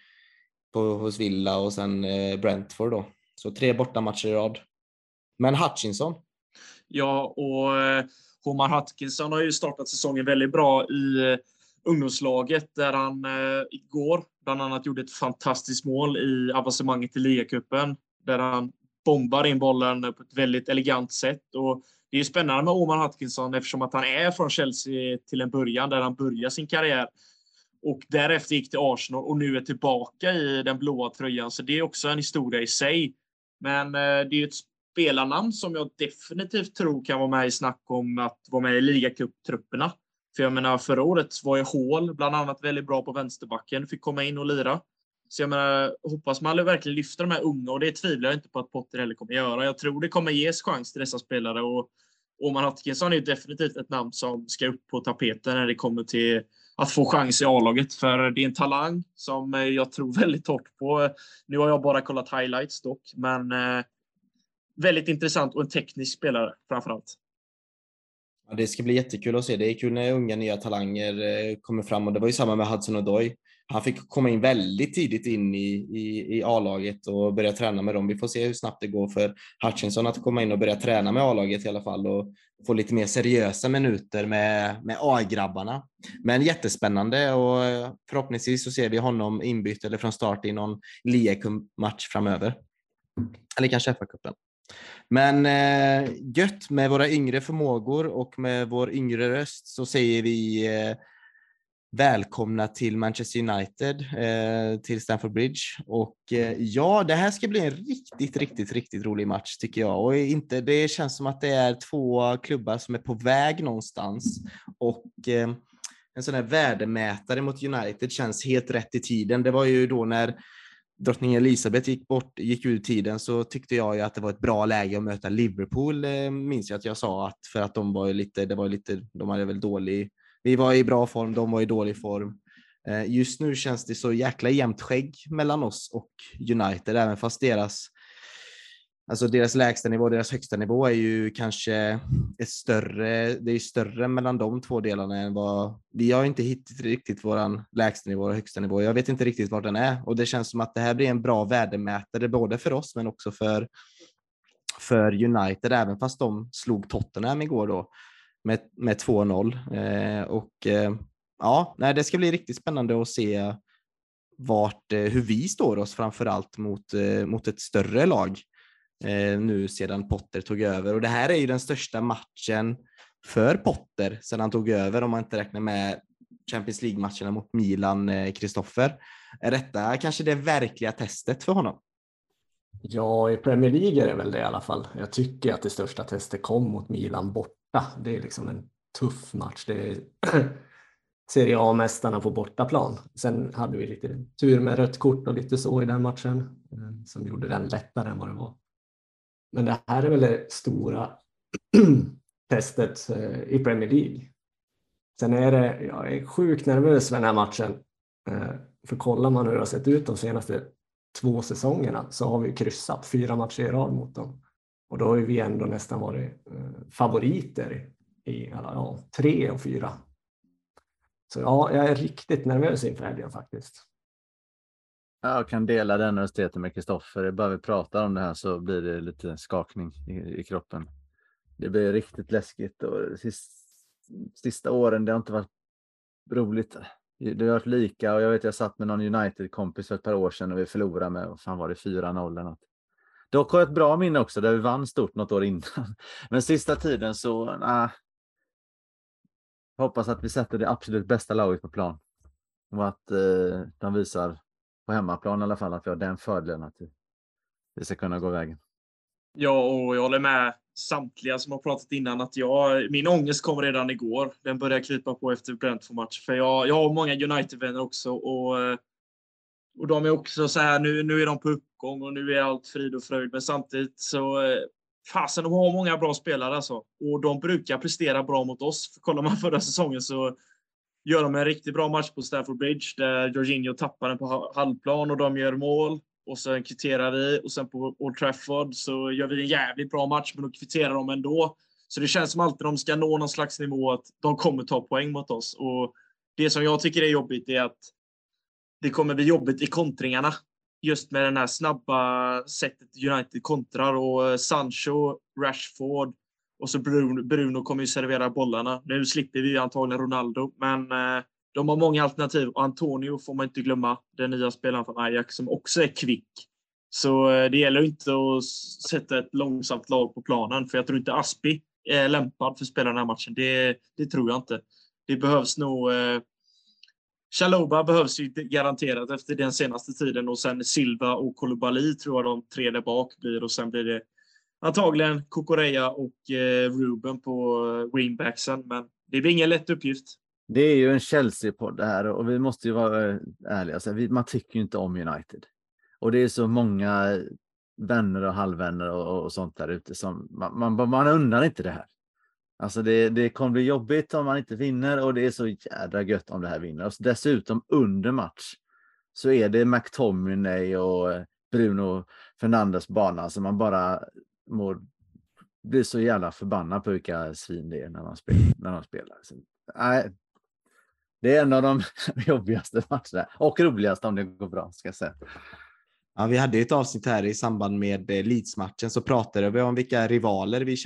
hos Villa, och sen Brentford då. Så 3 bortamatcher i rad. Men Hutchinson? Ja, och Omar Hutchinson har ju startat säsongen väldigt bra i ungdomslaget, där han igår bland annat gjorde ett fantastiskt mål i avancemanget i ligacupen, där han bombar in bollen på ett väldigt elegant sätt. Och det det är spännande med Oman Hutchinson eftersom att han är från Chelsea till en början där han börjar sin karriär. Och därefter gick till Arsenal och nu är tillbaka i den blåa tröjan. Så det är också en historia i sig. Men det är ett spelarnamn som jag definitivt tror kan vara med i snack om att vara med i ligacuptrupperna. För jag menar, förra året var ju Hall bland annat väldigt bra på vänsterbacken. Fick komma in och lira. Så jag menar, hoppas man verkligen lyfter de här unga. Och det tvivlar jag inte på att Potter heller kommer göra. Jag tror det kommer ges chans till dessa spelare. Och Oman Hutchinson är ju definitivt ett namn som ska upp på tapeten när det kommer till att få chans i A-laget. För det är en talang som jag tror väldigt hårt på. Nu har jag bara kollat highlights dock. Men väldigt intressant och en teknisk spelare framförallt. Ja, det ska bli jättekul att se. Det är kul när unga nya talanger kommer fram. Och det var ju samma med Hudson-Odoi. Han fick komma in väldigt tidigt in i A-laget och börja träna med dem. Vi får se hur snabbt det går för Hutchinson att komma in och börja träna med A-laget i alla fall och få lite mer seriösa minuter med A-grabbarna. Men jättespännande och förhoppningsvis så ser vi honom inbytt eller från start i någon Liga-match framöver. Eller kanske FA-cupen. Men gött med våra yngre förmågor och med vår yngre röst så säger vi välkomna till Manchester United, till Stamford Bridge. Och ja, det här ska bli en riktigt rolig match tycker jag. Och det känns som att det är två klubbar som är på väg någonstans. Och en sån här värdemätare mot United känns helt rätt i tiden. Det var ju då när drottning Elisabeth gick ur tiden så tyckte jag ju att det var ett bra läge att möta Liverpool, minns jag att jag sa, att för att de hade väl dålig. Vi var i bra form, de var i dålig form. Just nu känns det så jäkla jämnt skägg mellan oss och United, även fast deras lägsta nivå, deras högsta nivå är ju kanske det är större mellan de två delarna än vad vi har inte hittat riktigt våran lägsta nivå och högsta nivå. Jag vet inte riktigt var den är och det känns som att det här blir en bra värdemätare både för oss men också för United, även fast de slog Tottenham igår då med 2-0. Det ska bli riktigt spännande att se hur vi står oss framförallt mot ett större lag nu sedan Potter tog över. Och det här är ju den största matchen för Potter sedan han tog över, om man inte räknar med Champions League-matcherna mot Milan, Kristoffer. Är detta kanske det verkliga testet för honom? Ja, i Premier League är det väl det i alla fall. Jag tycker att det största testet kom mot Milan borta. Det är liksom en tuff match. Det är Serie A-mästarna på bortaplan. Sen hade vi lite tur med rött kort och lite så i den matchen som gjorde den lättare än vad det var. Men det här är väl det stora testet i Premier League. Sen jag är sjukt nervös för den här matchen. För kollar man hur det har sett ut de senaste 2 säsongerna så har vi kryssat 4 matcher i rad mot dem. Och då har vi ändå nästan varit favoriter i 3 och 4. Så ja, jag är riktigt nervös inför helgen faktiskt. Jag kan dela den nervositeten med Kristoffer. Bara vi pratar om det här så blir det lite skakning i kroppen. Det blir riktigt läskigt och sista åren det har inte varit roligt. Det har varit lika och jag vet jag satt med någon United-kompis för ett par år sedan och vi förlorade med, vad fan var det, 4-0 eller något. Dock har jag ett bra minne också där vi vann stort något år innan. Men sista tiden så hoppas att vi sätter det absolut bästa laget på plan. Och att de visar på hemmaplan i alla fall att vi har den fördelen att det ska kunna gå vägen. Ja, och jag håller med samtliga som har pratat innan att min ångest kom redan igår. Den började krypa på efter Brentford-match. För jag har många United-vänner också och de är också så här, nu är de på uppgång och nu är allt frid och fröjd. Men samtidigt så fasen, de har många bra spelare alltså. Och de brukar prestera bra mot oss. För kollar man förra säsongen så gör de en riktigt bra match på Stamford Bridge där Jorginho tappar den på halvplan och de gör mål. Och sen kvitterar vi och sen på Old Trafford så gör vi en jävligt bra match men då kvitterar de ändå. Så det känns som alltid de ska nå någon slags nivå att de kommer ta poäng mot oss. Och det som jag tycker är jobbigt är att det kommer bli jobbigt i kontringarna. Just med den här snabba sättet United kontrar och Sancho, Rashford och så Bruno kommer ju servera bollarna. Nu slipper vi antagligen Ronaldo men de har många alternativ och Antonio får man inte glömma, den nya spelaren från Ajax som också är kvick. Så det gäller inte att sätta ett långsamt lag på planen för jag tror inte Aspi är lämpad för att spela den här matchen. Det tror jag inte. Det behövs nog... Chalobah behövs ju garanterat efter den senaste tiden, och sen Silva och Koulibaly tror jag de 3 där bak blir, och sen blir det antagligen Cucurella och Ruben på wingbacksen, men det blir ingen lätt uppgift. Det är ju en Chelsea-podd det här, och vi måste ju vara ärliga. Alltså, man tycker ju inte om United. Och det är så många vänner och halvvänner och sånt där ute som man undrar inte det här. Alltså det kommer bli jobbigt om man inte vinner, och det är så jädra gött om det här vinner. Och dessutom under match så är det McTominay och Bruno Fernandes bana som man bara blir så jävla förbannad på vilka svin det är när de spelar. Så, nej, det är en av de jobbigaste matcherna. Och roligaste om det går bra, ska jag säga. Ja, vi hade ett avsnitt här i samband med Leeds-matchen, så pratade vi om vilka rivaler vi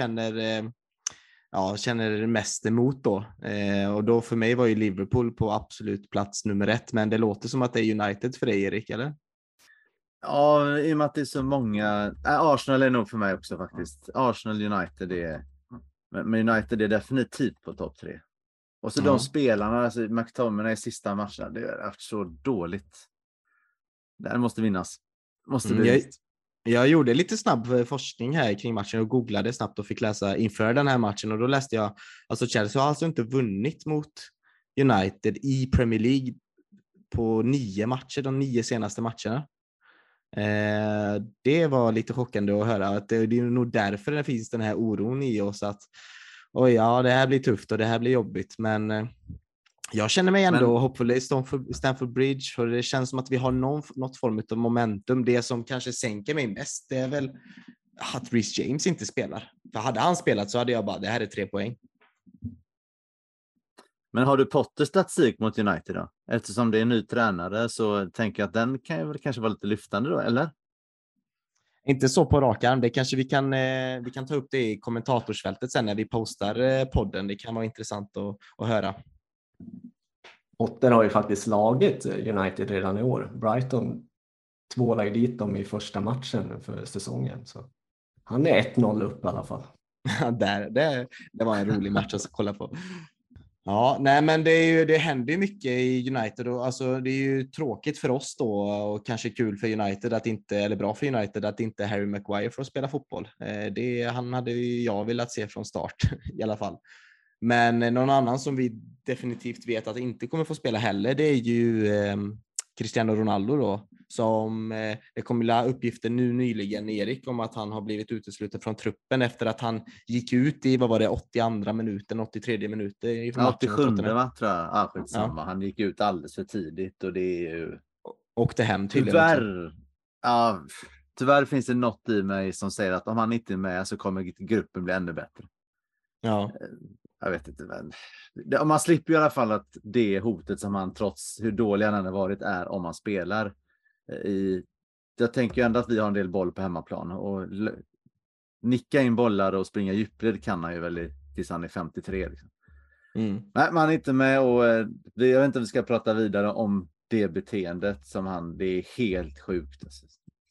känner mest emot då. Och då för mig var ju Liverpool på absolut plats nummer 1. Men det låter som att det är United för dig, Erik, eller? Ja, i och med att det är så många... Arsenal är nog för mig också faktiskt. Arsenal, United är... Men United är definitivt på topp 3. Och så de spelarna, alltså McTominay i sista matcherna, det har haft så dåligt. Det här måste vinnas. Jag gjorde lite snabb forskning här kring matchen och googlade snabbt och fick läsa inför den här matchen, och då läste jag, alltså Chelsea har alltså inte vunnit mot United i Premier League på 9 matcher, de 9 senaste matcherna. Det var lite chockande att höra, att det är nog därför det finns den här oron i oss att det här blir tufft och det här blir jobbigt, men jag känner mig ändå hoppfull i Stamford Bridge, för det känns som att vi har något form av momentum. Det som kanske sänker mig mest, det är väl att Reece James inte spelar. För hade han spelat så hade jag bara, det här är 3 poäng. Men har du Potters statistik mot United då? Eftersom det är en ny tränare så tänker jag att den kan väl kanske vara lite lyftande då, eller? Inte så på rak arm. Det kanske vi kan ta upp det i kommentatorsfältet sen när vi postar podden. Det kan vara intressant att höra. Potter har ju faktiskt slagit United redan i år. Brighton tvålade dit dem i första matchen för säsongen. Så han är 1-0 upp i alla fall. Det var en rolig match att kolla på. Ja, nej, men det händer ju mycket i United, och alltså det är ju tråkigt för oss då, och kanske kul för United eller bra för United att inte Harry Maguire får spela fotboll. Han hade ju jag velat se från start i alla fall. Men någon annan som vi definitivt vet att inte kommer få spela heller, det är ju Cristiano Ronaldo då, som det kom uppgifter nyligen, Erik, om att han har blivit utesluten från truppen efter att han gick ut i, 82 minuten, 83 minuter i matchen. 87 va, tror jag. Skitsamma. Han gick ut alldeles för tidigt, och det är ju... Åkte hem tydligen. Tyvärr finns det något i mig som säger att om han inte är med så kommer gruppen bli ännu bättre. Ja. Jag vet inte, men man slipper i alla fall att det hotet som han, trots hur dålig han har varit, är om man spelar jag tänker ju ändå att vi har en del boll på hemmaplan, och nicka in bollar och springa djupled kan han ju väl tills han är 53 liksom. Nej, man är inte med, och jag vet inte om vi ska prata vidare om det beteendet som det är helt sjukt alltså.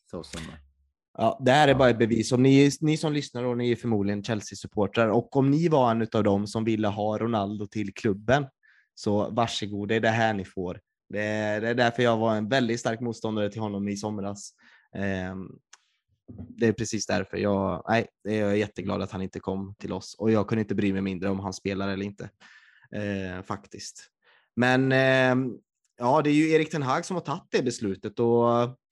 Ja, det här är bara ett bevis. Om ni som lyssnar, och ni är förmodligen Chelsea-supportrar, och om ni var en av dem som ville ha Ronaldo till klubben, så varsågod, det är det här ni får. Det är därför jag var en väldigt stark motståndare till honom i somras. Det är precis därför jag är jätteglad att han inte kom till oss, och jag kunde inte bry mig mindre om han spelar eller inte faktiskt. Men det är ju Erik Ten Hag som har tagit det beslutet, och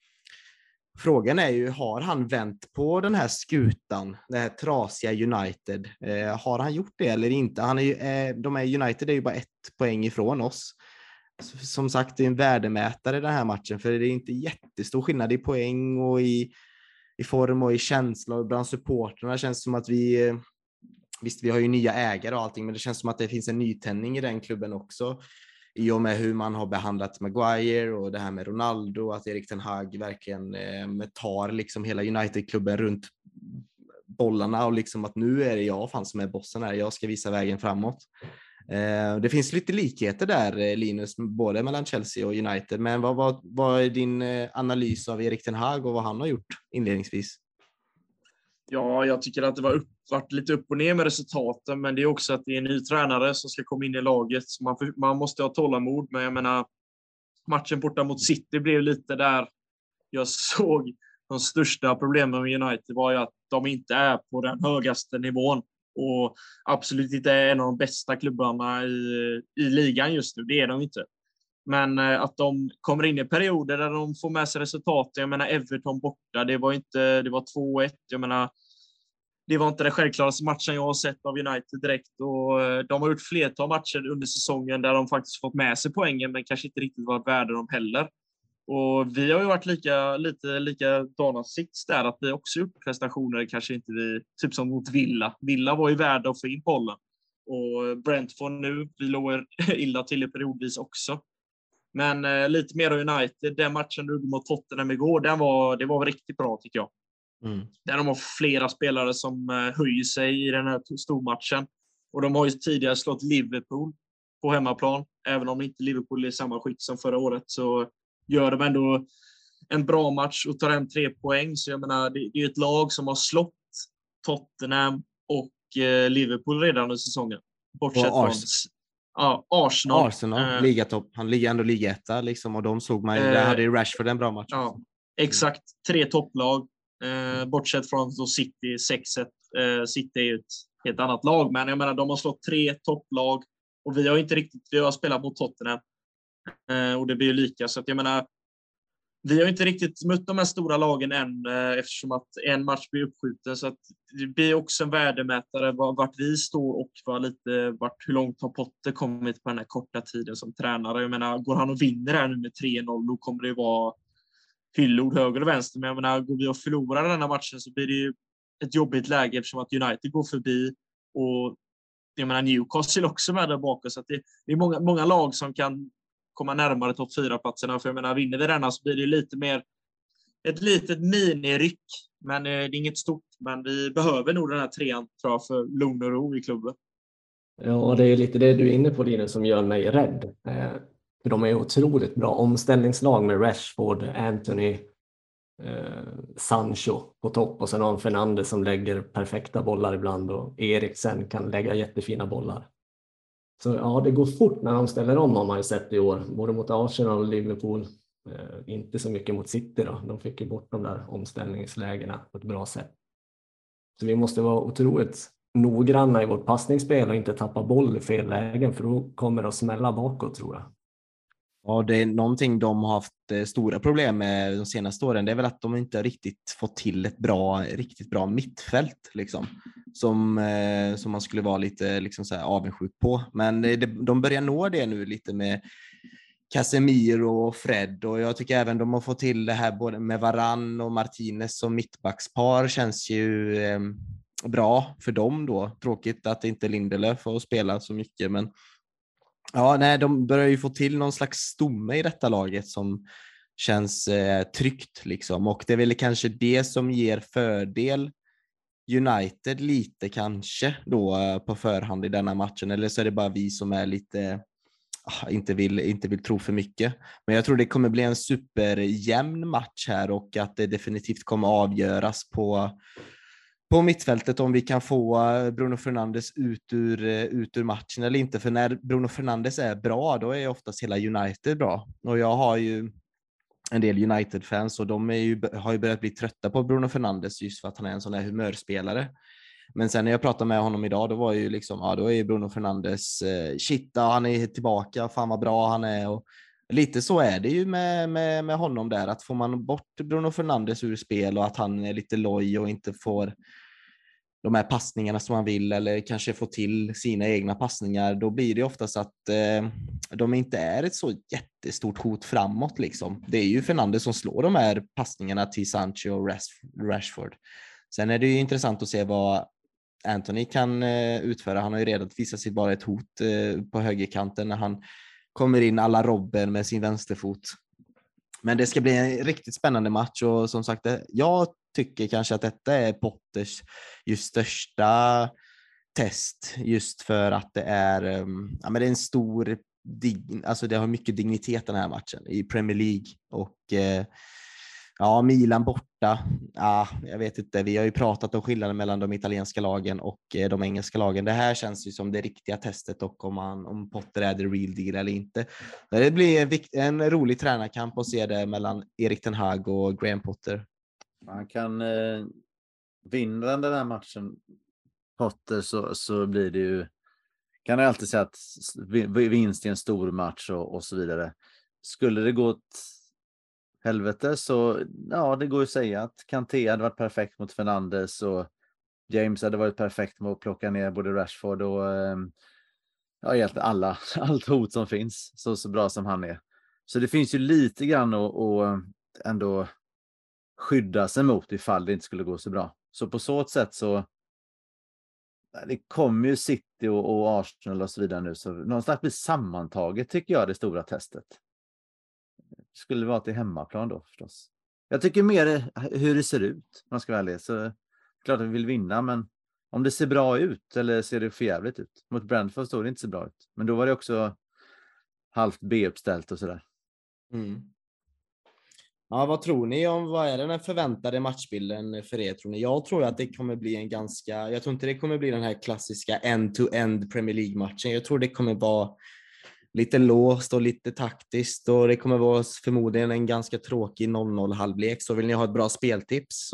frågan är ju, har han vänt på den här skutan, det här trasiga United? Har han gjort det eller inte? United är ju bara 1 poäng ifrån oss. Som sagt, det är en värdemätare i den här matchen, för det är inte jättestor skillnad i poäng och i form och i känsla, och bland supporterna känns det som att visst, vi har ju nya ägare och allting, men det känns som att det finns en nytändning i den klubben också, i och med hur man har behandlat Maguire och det här med Ronaldo, att Erik Ten Hag verkligen tar liksom hela United-klubben runt bollarna, och liksom att nu är det jag som är bossen här, jag ska visa vägen framåt. Det finns lite likheter där, Linus, både mellan Chelsea och United, men vad är din analys av Erik Ten Hag och vad han har gjort inledningsvis? Ja, jag tycker att det varit lite upp och ner med resultaten, men det är också att det är en ny tränare som ska komma in i laget. Så man måste ha tålamod, men jag menar, matchen borta mot City blev lite där jag såg de största problemen med United var ju att de inte är på den högaste nivån och absolut inte är en av de bästa klubbarna i ligan just nu. Det är de inte. Men att de kommer in i perioder där de får med sig resultat. Jag menar, Everton borta, det var 2-1. Jag menar, det var inte den självklaraste matchen jag har sett av United direkt. Och de har gjort flertal matcher under säsongen där de faktiskt fått med sig poängen, men kanske inte riktigt varit värda dem heller. Och vi har ju varit likadana sits där, att vi också gjort prestationer, kanske inte vi, typ som mot Villa. Villa var ju värda att få in bollen. Och Brentford nu, vi låg illa till i periodvis också. Men lite mer av United, den matchen du mot Tottenham igår, det var riktigt bra tycker jag. Där de har flera spelare som höjer sig i den här stormatchen. Och de har ju tidigare slått Liverpool på hemmaplan. Även om inte Liverpool är i samma skick som förra året, så gör de ändå en bra match och tar hem 3 poäng. Så jag menar, det är ett lag som har slått Tottenham och Liverpool redan under säsongen. Bortsett från Arsenal. Ligatopp. Han ligger ändå ligaetta liksom, och de såg man ju, där hade ju Rashford en bra match. Ja, exakt. 3 topplag. Bortsett från då City 6-1. City är ju ett helt annat lag, men jag menar, de har slått 3 topplag och vi har spelat mot Tottenham. Och det blir ju lika, så att jag menar, vi har inte riktigt mött de här stora lagen än, eftersom att en match blir uppskjuten, så att det blir också en värdemätare vart vi står och hur långt har Potter kommit på den här korta tiden som tränare. Jag menar, går han och vinner här nu med 3-0, då kommer det vara hyllord höger och vänster, men jag menar, går vi och förlorar den här matchen så blir det ju ett jobbigt läge, eftersom att United går förbi och jag menar Newcastle också med där bakom, så att det är många lag som kan komma närmare topp 4-platserna. För jag menar, vinner vi denna så blir det lite mer ett litet miniryck. Men det är inget stort. Men vi behöver nog den här 3:an, tror jag, för lugn och ro i klubben. Ja, det är lite det du är inne på, Linus, som gör mig rädd. För de är otroligt bra omställningslag med Rashford, Anthony, Sancho på topp. Och sen har Fernandes som lägger perfekta bollar ibland. Och Eriksen kan lägga jättefina bollar. Så ja, det går fort när de ställer om, har man ju sett i år. Både mot Arsenal och Liverpool. Inte så mycket mot City då. De fick ju bort de där omställningslägena på ett bra sätt. Så vi måste vara otroligt noggranna i vårt passningsspel och inte tappa boll i fel lägen, för då kommer det att smälla bakåt, tror jag. Ja, det är någonting de har haft stora problem med de senaste åren. Det är väl att de inte riktigt fått till ett riktigt bra mittfält liksom, som man skulle vara lite liksom så här avundsjuk på. Men de börjar nå det nu lite med Casemiro och Fred, och jag tycker även de har fått till det här både med Varane och Martinez som mittbackspar, känns ju bra för dem då. Tråkigt att inte Lindelöf får spela så mycket, men ja, nej, de börjar ju få till någon slags stomme i detta laget som känns tryggt liksom, och det är väl kanske det som ger fördel United lite kanske då på förhand i denna matchen, eller så är det bara vi som är lite inte vill tro för mycket. Men jag tror det kommer bli en superjämn match här, och att det definitivt kommer avgöras på mittfältet om vi kan få Bruno Fernandes ut ur matchen eller inte. För när Bruno Fernandes är bra, då är oftast hela United bra. Och jag har ju en del United-fans, och de har ju börjat bli trötta på Bruno Fernandes just för att han är en sån här humörspelare. Men sen när jag pratade med honom idag, då var ju liksom, då är ju Bruno Fernandes shit, han är tillbaka, fan vad bra han är. Och lite så är det ju med honom där, att får man bort Bruno Fernandes ur spel och att han är lite loj och inte får de här passningarna som man vill, eller kanske få till sina egna passningar, då blir det oftast att de inte är ett så jättestort hot framåt liksom. Det är ju Fernandes som slår de här passningarna till Sancho och Rashford. Sen är det ju intressant att se vad Anthony kan utföra. Han har ju redan visat sig vara ett hot på högerkanten när han kommer in alla Robben med sin vänsterfot. Men det ska bli en riktigt spännande match, och som sagt, jag tycker kanske att detta är Potters just största test, just för att det är, men det är en stor, alltså det har mycket dignitet den här matchen i Premier League, och Ja, Milan borta. Ja, jag vet inte. Vi har ju pratat om skillnaden mellan de italienska lagen och de engelska lagen. Det här känns ju som det riktiga testet och om Potter är the real deal eller inte. Det blir en rolig tränarkamp att se det mellan Erik ten Hag och Graham Potter. Man kan vinna den här matchen, Potter, så blir det ju, kan jag alltid säga att vinst är en stor match och så vidare. Skulle det gå åt helvete så, ja, det går ju att säga att Kanté hade varit perfekt mot Fernandes och James hade varit perfekt med att plocka ner både Rashford och ja, egentligen allt hot som finns, så bra som han är. Så det finns ju lite grann att ändå skydda sig mot ifall det inte skulle gå så bra. Så på så sätt så det kommer ju City och Arsenal och så vidare nu, så någonstans blir sammantaget tycker jag det stora testet. Det skulle vara till hemmaplan då förstås. Jag tycker mer hur det ser ut, om man ska vara ärlig. Så klart att vi vill vinna, men om det ser bra ut eller ser det förjävligt ut. Mot Brentford står det inte så bra ut. Men då var det också halvt B-uppställt och sådär. Mm. Ja, vad tror ni om, vad är den förväntade matchbilden för er, tror ni? Jag tror att det kommer bli jag tror inte det kommer bli den här klassiska end-to-end Premier League-matchen. Jag tror det kommer vara lite låst och lite taktiskt, och det kommer vara förmodligen en ganska tråkig 0-0 halvlek. Så vill ni ha ett bra speltips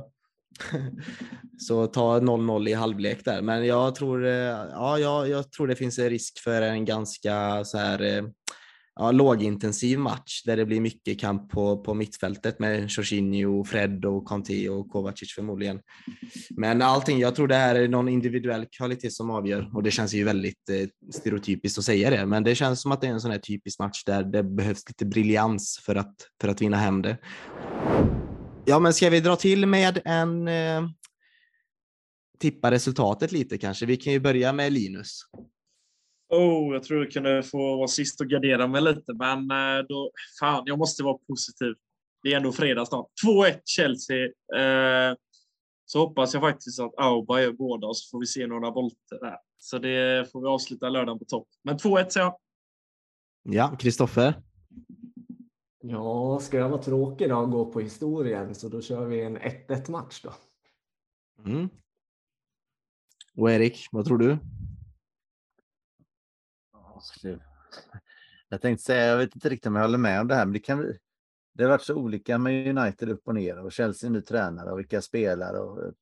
så ta 0-0 i halvlek där. Men jag tror, jag tror det finns en risk för en ganska så här lågintensiv match där det blir mycket kamp på mittfältet med Jorginho, Fred och Kanté och Kovacic förmodligen. Men allting, jag tror det här är någon individuell kvalitet som avgör, och det känns ju väldigt stereotypiskt att säga det, men det känns som att det är en sån här typisk match där det behövs lite briljans för att vinna hem det. Ja, men ska vi dra till med en tippa resultatet lite kanske? Vi kan ju börja med Linus. Jag tror jag kunde få vara sist och gardera mig lite, men då, fan, jag måste vara positiv. Det är ändå fredag snart. 2-1 Chelsea. Så hoppas jag faktiskt att Auba gör båda, och så får vi se några volter där. Så det får vi avsluta lördagen på topp. Men 2-1 säger jag. Ja, Kristoffer? Ja, ska jag vara tråkig då och gå på historien, så då kör vi en 1-1 match då. Mm. Och Erik, vad tror du? Jag tänkte säga, jag vet inte riktigt om jag håller med om det här, men det har varit så olika med United upp och ner, och Chelsea nu tränare och vilka spelare och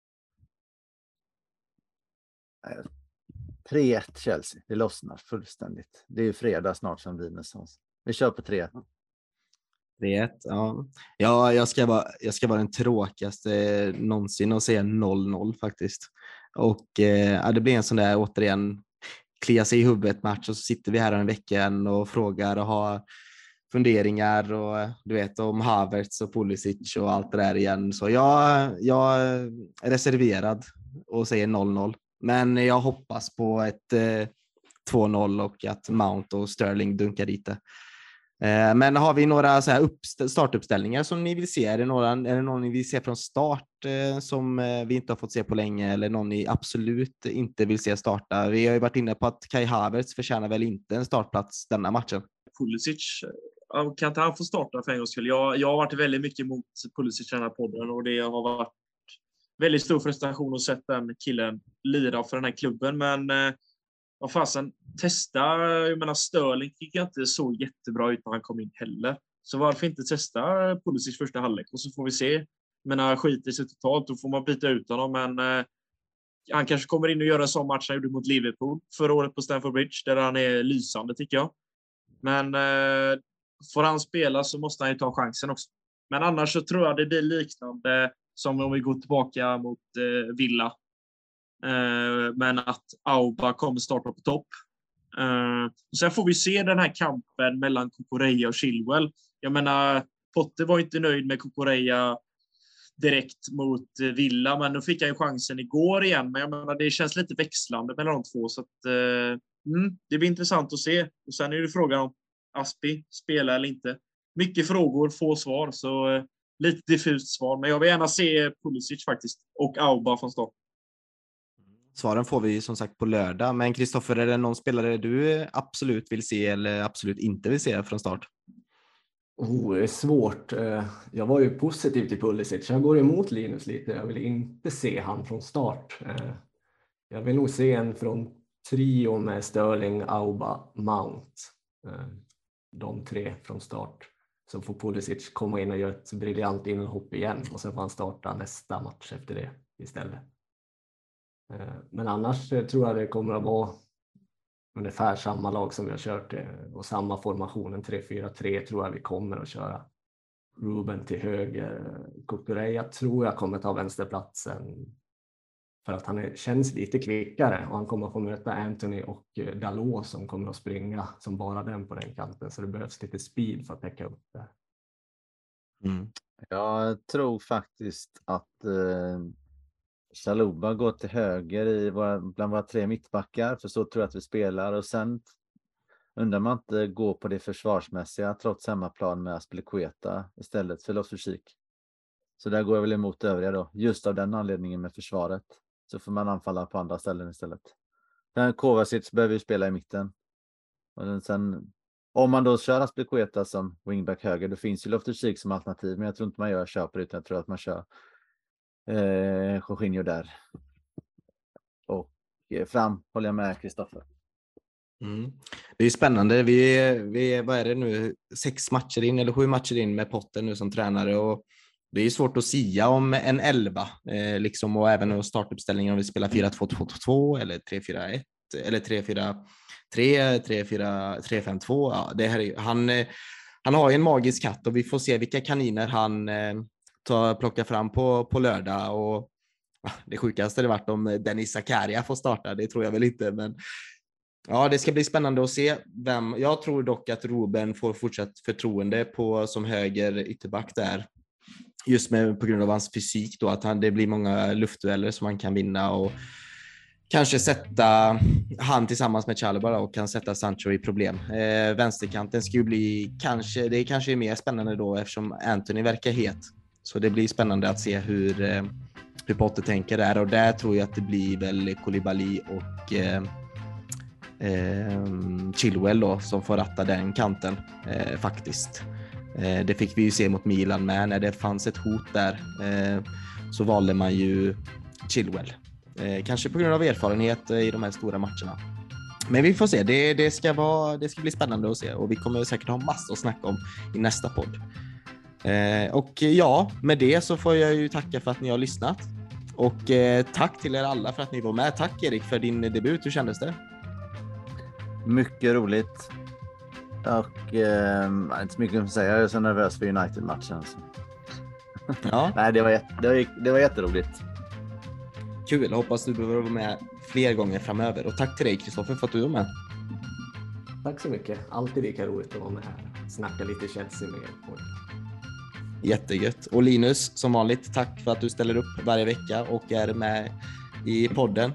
3-1 Chelsea, det lossnar fullständigt. Det är ju fredag snart som Linus sa. Vi kör på 3-1. 3-1, ja. Ja, jag ska vara den tråkigaste någonsin och säga 0-0 faktiskt. Och det blir en sån där, återigen, klia sig i huvudet match, och så sitter vi här en vecka och frågar och har funderingar och du vet om Havertz och Pulisic och allt det där igen. Så jag är reserverad och säger 0-0. Men jag hoppas på ett 2-0 och att Mount och Sterling dunkar dit det. Men har vi några så här startuppställningar som ni vill se? Är det någon ni vill se från start som vi inte har fått se på länge, eller någon ni absolut inte vill se starta? Vi har ju varit inne på att Kai Havertz förtjänar väl inte en startplats denna matchen. Pulisic, kan inte han få starta för en gångs skull? Jag har varit väldigt mycket emot Pulisic i den här podden, och det har varit väldigt stor frustration att se den killen lira för den här klubben, men vad fasen, testa. Jag menar, Sterling gick inte så jättebra ut när han kom in heller. Så varför inte testa Pulisic första halvlek, och så får vi se. Men skiter sig totalt, då får man byta ut honom. Men han kanske kommer in och gör en sån match han gjorde mot Liverpool förra året på Stamford Bridge, där han är lysande tycker jag. Men får han spela så måste han ju ta chansen också. Men annars så tror jag det blir liknande som om vi går tillbaka mot Villa. Men att Auba kommer starta på topp. Sen får vi se den här kampen mellan Cucurella och Chilwell. Jag menar, Potter var inte nöjd med Cucurella direkt mot Villa, men då fick han ju chansen igår igen. Men jag menar, det känns lite växlande mellan de två, så att det blir intressant att se. Och sen är det frågan om Aspi spelar eller inte. Mycket frågor, få svar, så lite diffust svar. Men jag vill gärna se Pulisic faktiskt, och Auba från start. Svaren får vi som sagt på lördag. Men Kristoffer, är det någon spelare du absolut vill se eller absolut inte vill se från start? Det är svårt. Jag var ju positiv till Pulisic. Jag går emot Linus lite. Jag vill inte se han från start. Jag vill nog se en från trio med Sterling, Auba, Mount. De 3 från start. Så får Pulisic komma in och göra ett briljant inhopp igen. Och sen får han starta nästa match efter det istället. Men annars tror jag det kommer att vara ungefär samma lag som vi har kört och samma formationen 3-4-3 tror jag vi kommer att köra. Ruben till höger, Cucurella tror jag kommer ta vänsterplatsen för att han känns lite kvickare och han kommer att få möta Anthony och Dalot som kommer att springa som bara den på den kanten, så det behövs lite speed för att täcka upp det. Jag tror faktiskt att Chalobah går till höger bland våra 3 mittbackar, för så tror jag att vi spelar, och sen undrar man inte gå på det försvarsmässiga trots hemmaplan med Aspilicueta istället för Loftus-Cheek. Så där går jag väl emot övriga då, just av den anledningen med försvaret. Så får man anfalla på andra ställen istället. Den Kovacic behöver ju spela i mitten. Och sen, om man då kör Aspilicueta som wingback höger, då finns ju Loftus-Cheek som alternativ, men jag tror inte man köper utan jag tror att man kör Jorginho där. Och fram håller jag med Kristoffer. Det är ju spännande. Vi vad är det nu? 6 matcher in eller 7 matcher in med Potter nu som tränare, och det är svårt att sia om en 11 liksom, och även startuppställningen om vi spelar 4-2-2-2 eller 3-4-1 eller 3-4-3, 3-4-3-5-2. Ja, det här är, han har ju en magisk katt och vi får se vilka kaniner han plockar fram på lördag, och det sjukaste det varit om Dennis Zakaria får starta, det tror jag väl inte, men ja, det ska bli spännande att se vem. Jag tror dock att Ruben får fortsatt förtroende som höger ytterback där. Just på grund av hans fysik då, att det blir många luftdueller som han kan vinna och kanske sätta han tillsammans med Chalobah och kan sätta Sancho i problem. Vänsterkanten ska ju bli kanske är mer spännande då eftersom Anthony verkar het. Så det blir spännande att se hur Potter tänker där, och där tror jag att det blir väl Koulibaly och Chilwell då som får ratta den kanten faktiskt. Det fick vi ju se mot Milan med, när det fanns ett hot där så valde man ju Chilwell. Kanske på grund av erfarenhet i de här stora matcherna. Men vi får se, det ska bli spännande att se, och vi kommer säkert ha massor att snacka om i nästa podd. Och ja, med det så får jag ju tacka för att ni har lyssnat, och tack till er alla för att ni var med. Tack Erik för din debut, hur kändes det? Mycket roligt. Och inte så mycket att säga, jag är så nervös för United-matchen. Så. Ja. Nej, det var jätteroligt. Kul, jag hoppas du behöver vara med fler gånger framöver. Och tack till dig Kristoffer för att du var med. Tack så mycket, alltid lika roligt att vara med här. Snacka lite Chelsea med er. Jättegött. Och Linus, som vanligt, tack för att du ställer upp varje vecka och är med i podden.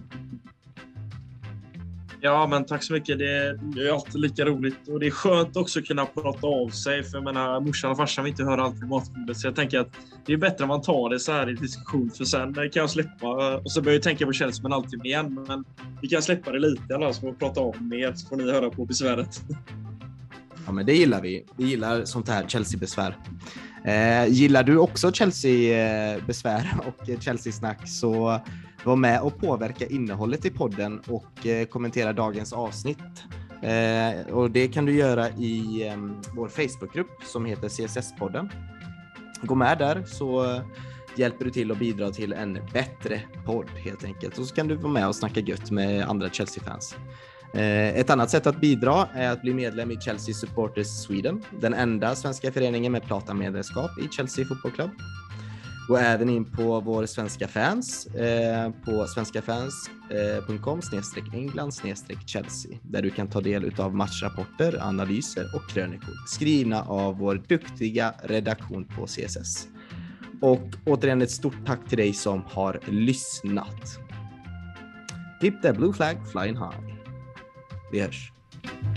Ja, men tack så mycket. Det är alltid lika roligt. Och det är skönt också att kunna prata av sig. För jag menar, morsan och farsan vill inte höra allt i matbordet. Så jag tänker att det är bättre om man tar det så här i diskussion. För sen kan jag släppa. Och så börjar jag tänka på Chelsea men alltid igen. Men vi kan släppa det lite annars för att prata av mer. Så får ni höra på besväret. Ja, men det gillar vi. Vi gillar sånt här Chelsea-besvär. Gillar du också Chelsea-besvär och Chelsea-snack, så var med och påverka innehållet i podden och kommentera dagens avsnitt. Och det kan du göra i vår Facebookgrupp som heter CSS-podden. Gå med där så hjälper du till att bidra till en bättre podd helt enkelt. Och så kan du vara med och snacka gött med andra Chelsea-fans. Ett annat sätt att bidra är att bli medlem i Chelsea Supporters Sweden, den enda svenska föreningen med platamedlemskap i Chelsea Football Club. Gå även in på vår svenska fans på svenskafans.com/England/Chelsea, där du kan ta del av matchrapporter, analyser och krönikor skrivna av vår duktiga redaktion på CSS. Och återigen ett stort tack till dig som har lyssnat. Keep the blue flag flying high. Vi hörs.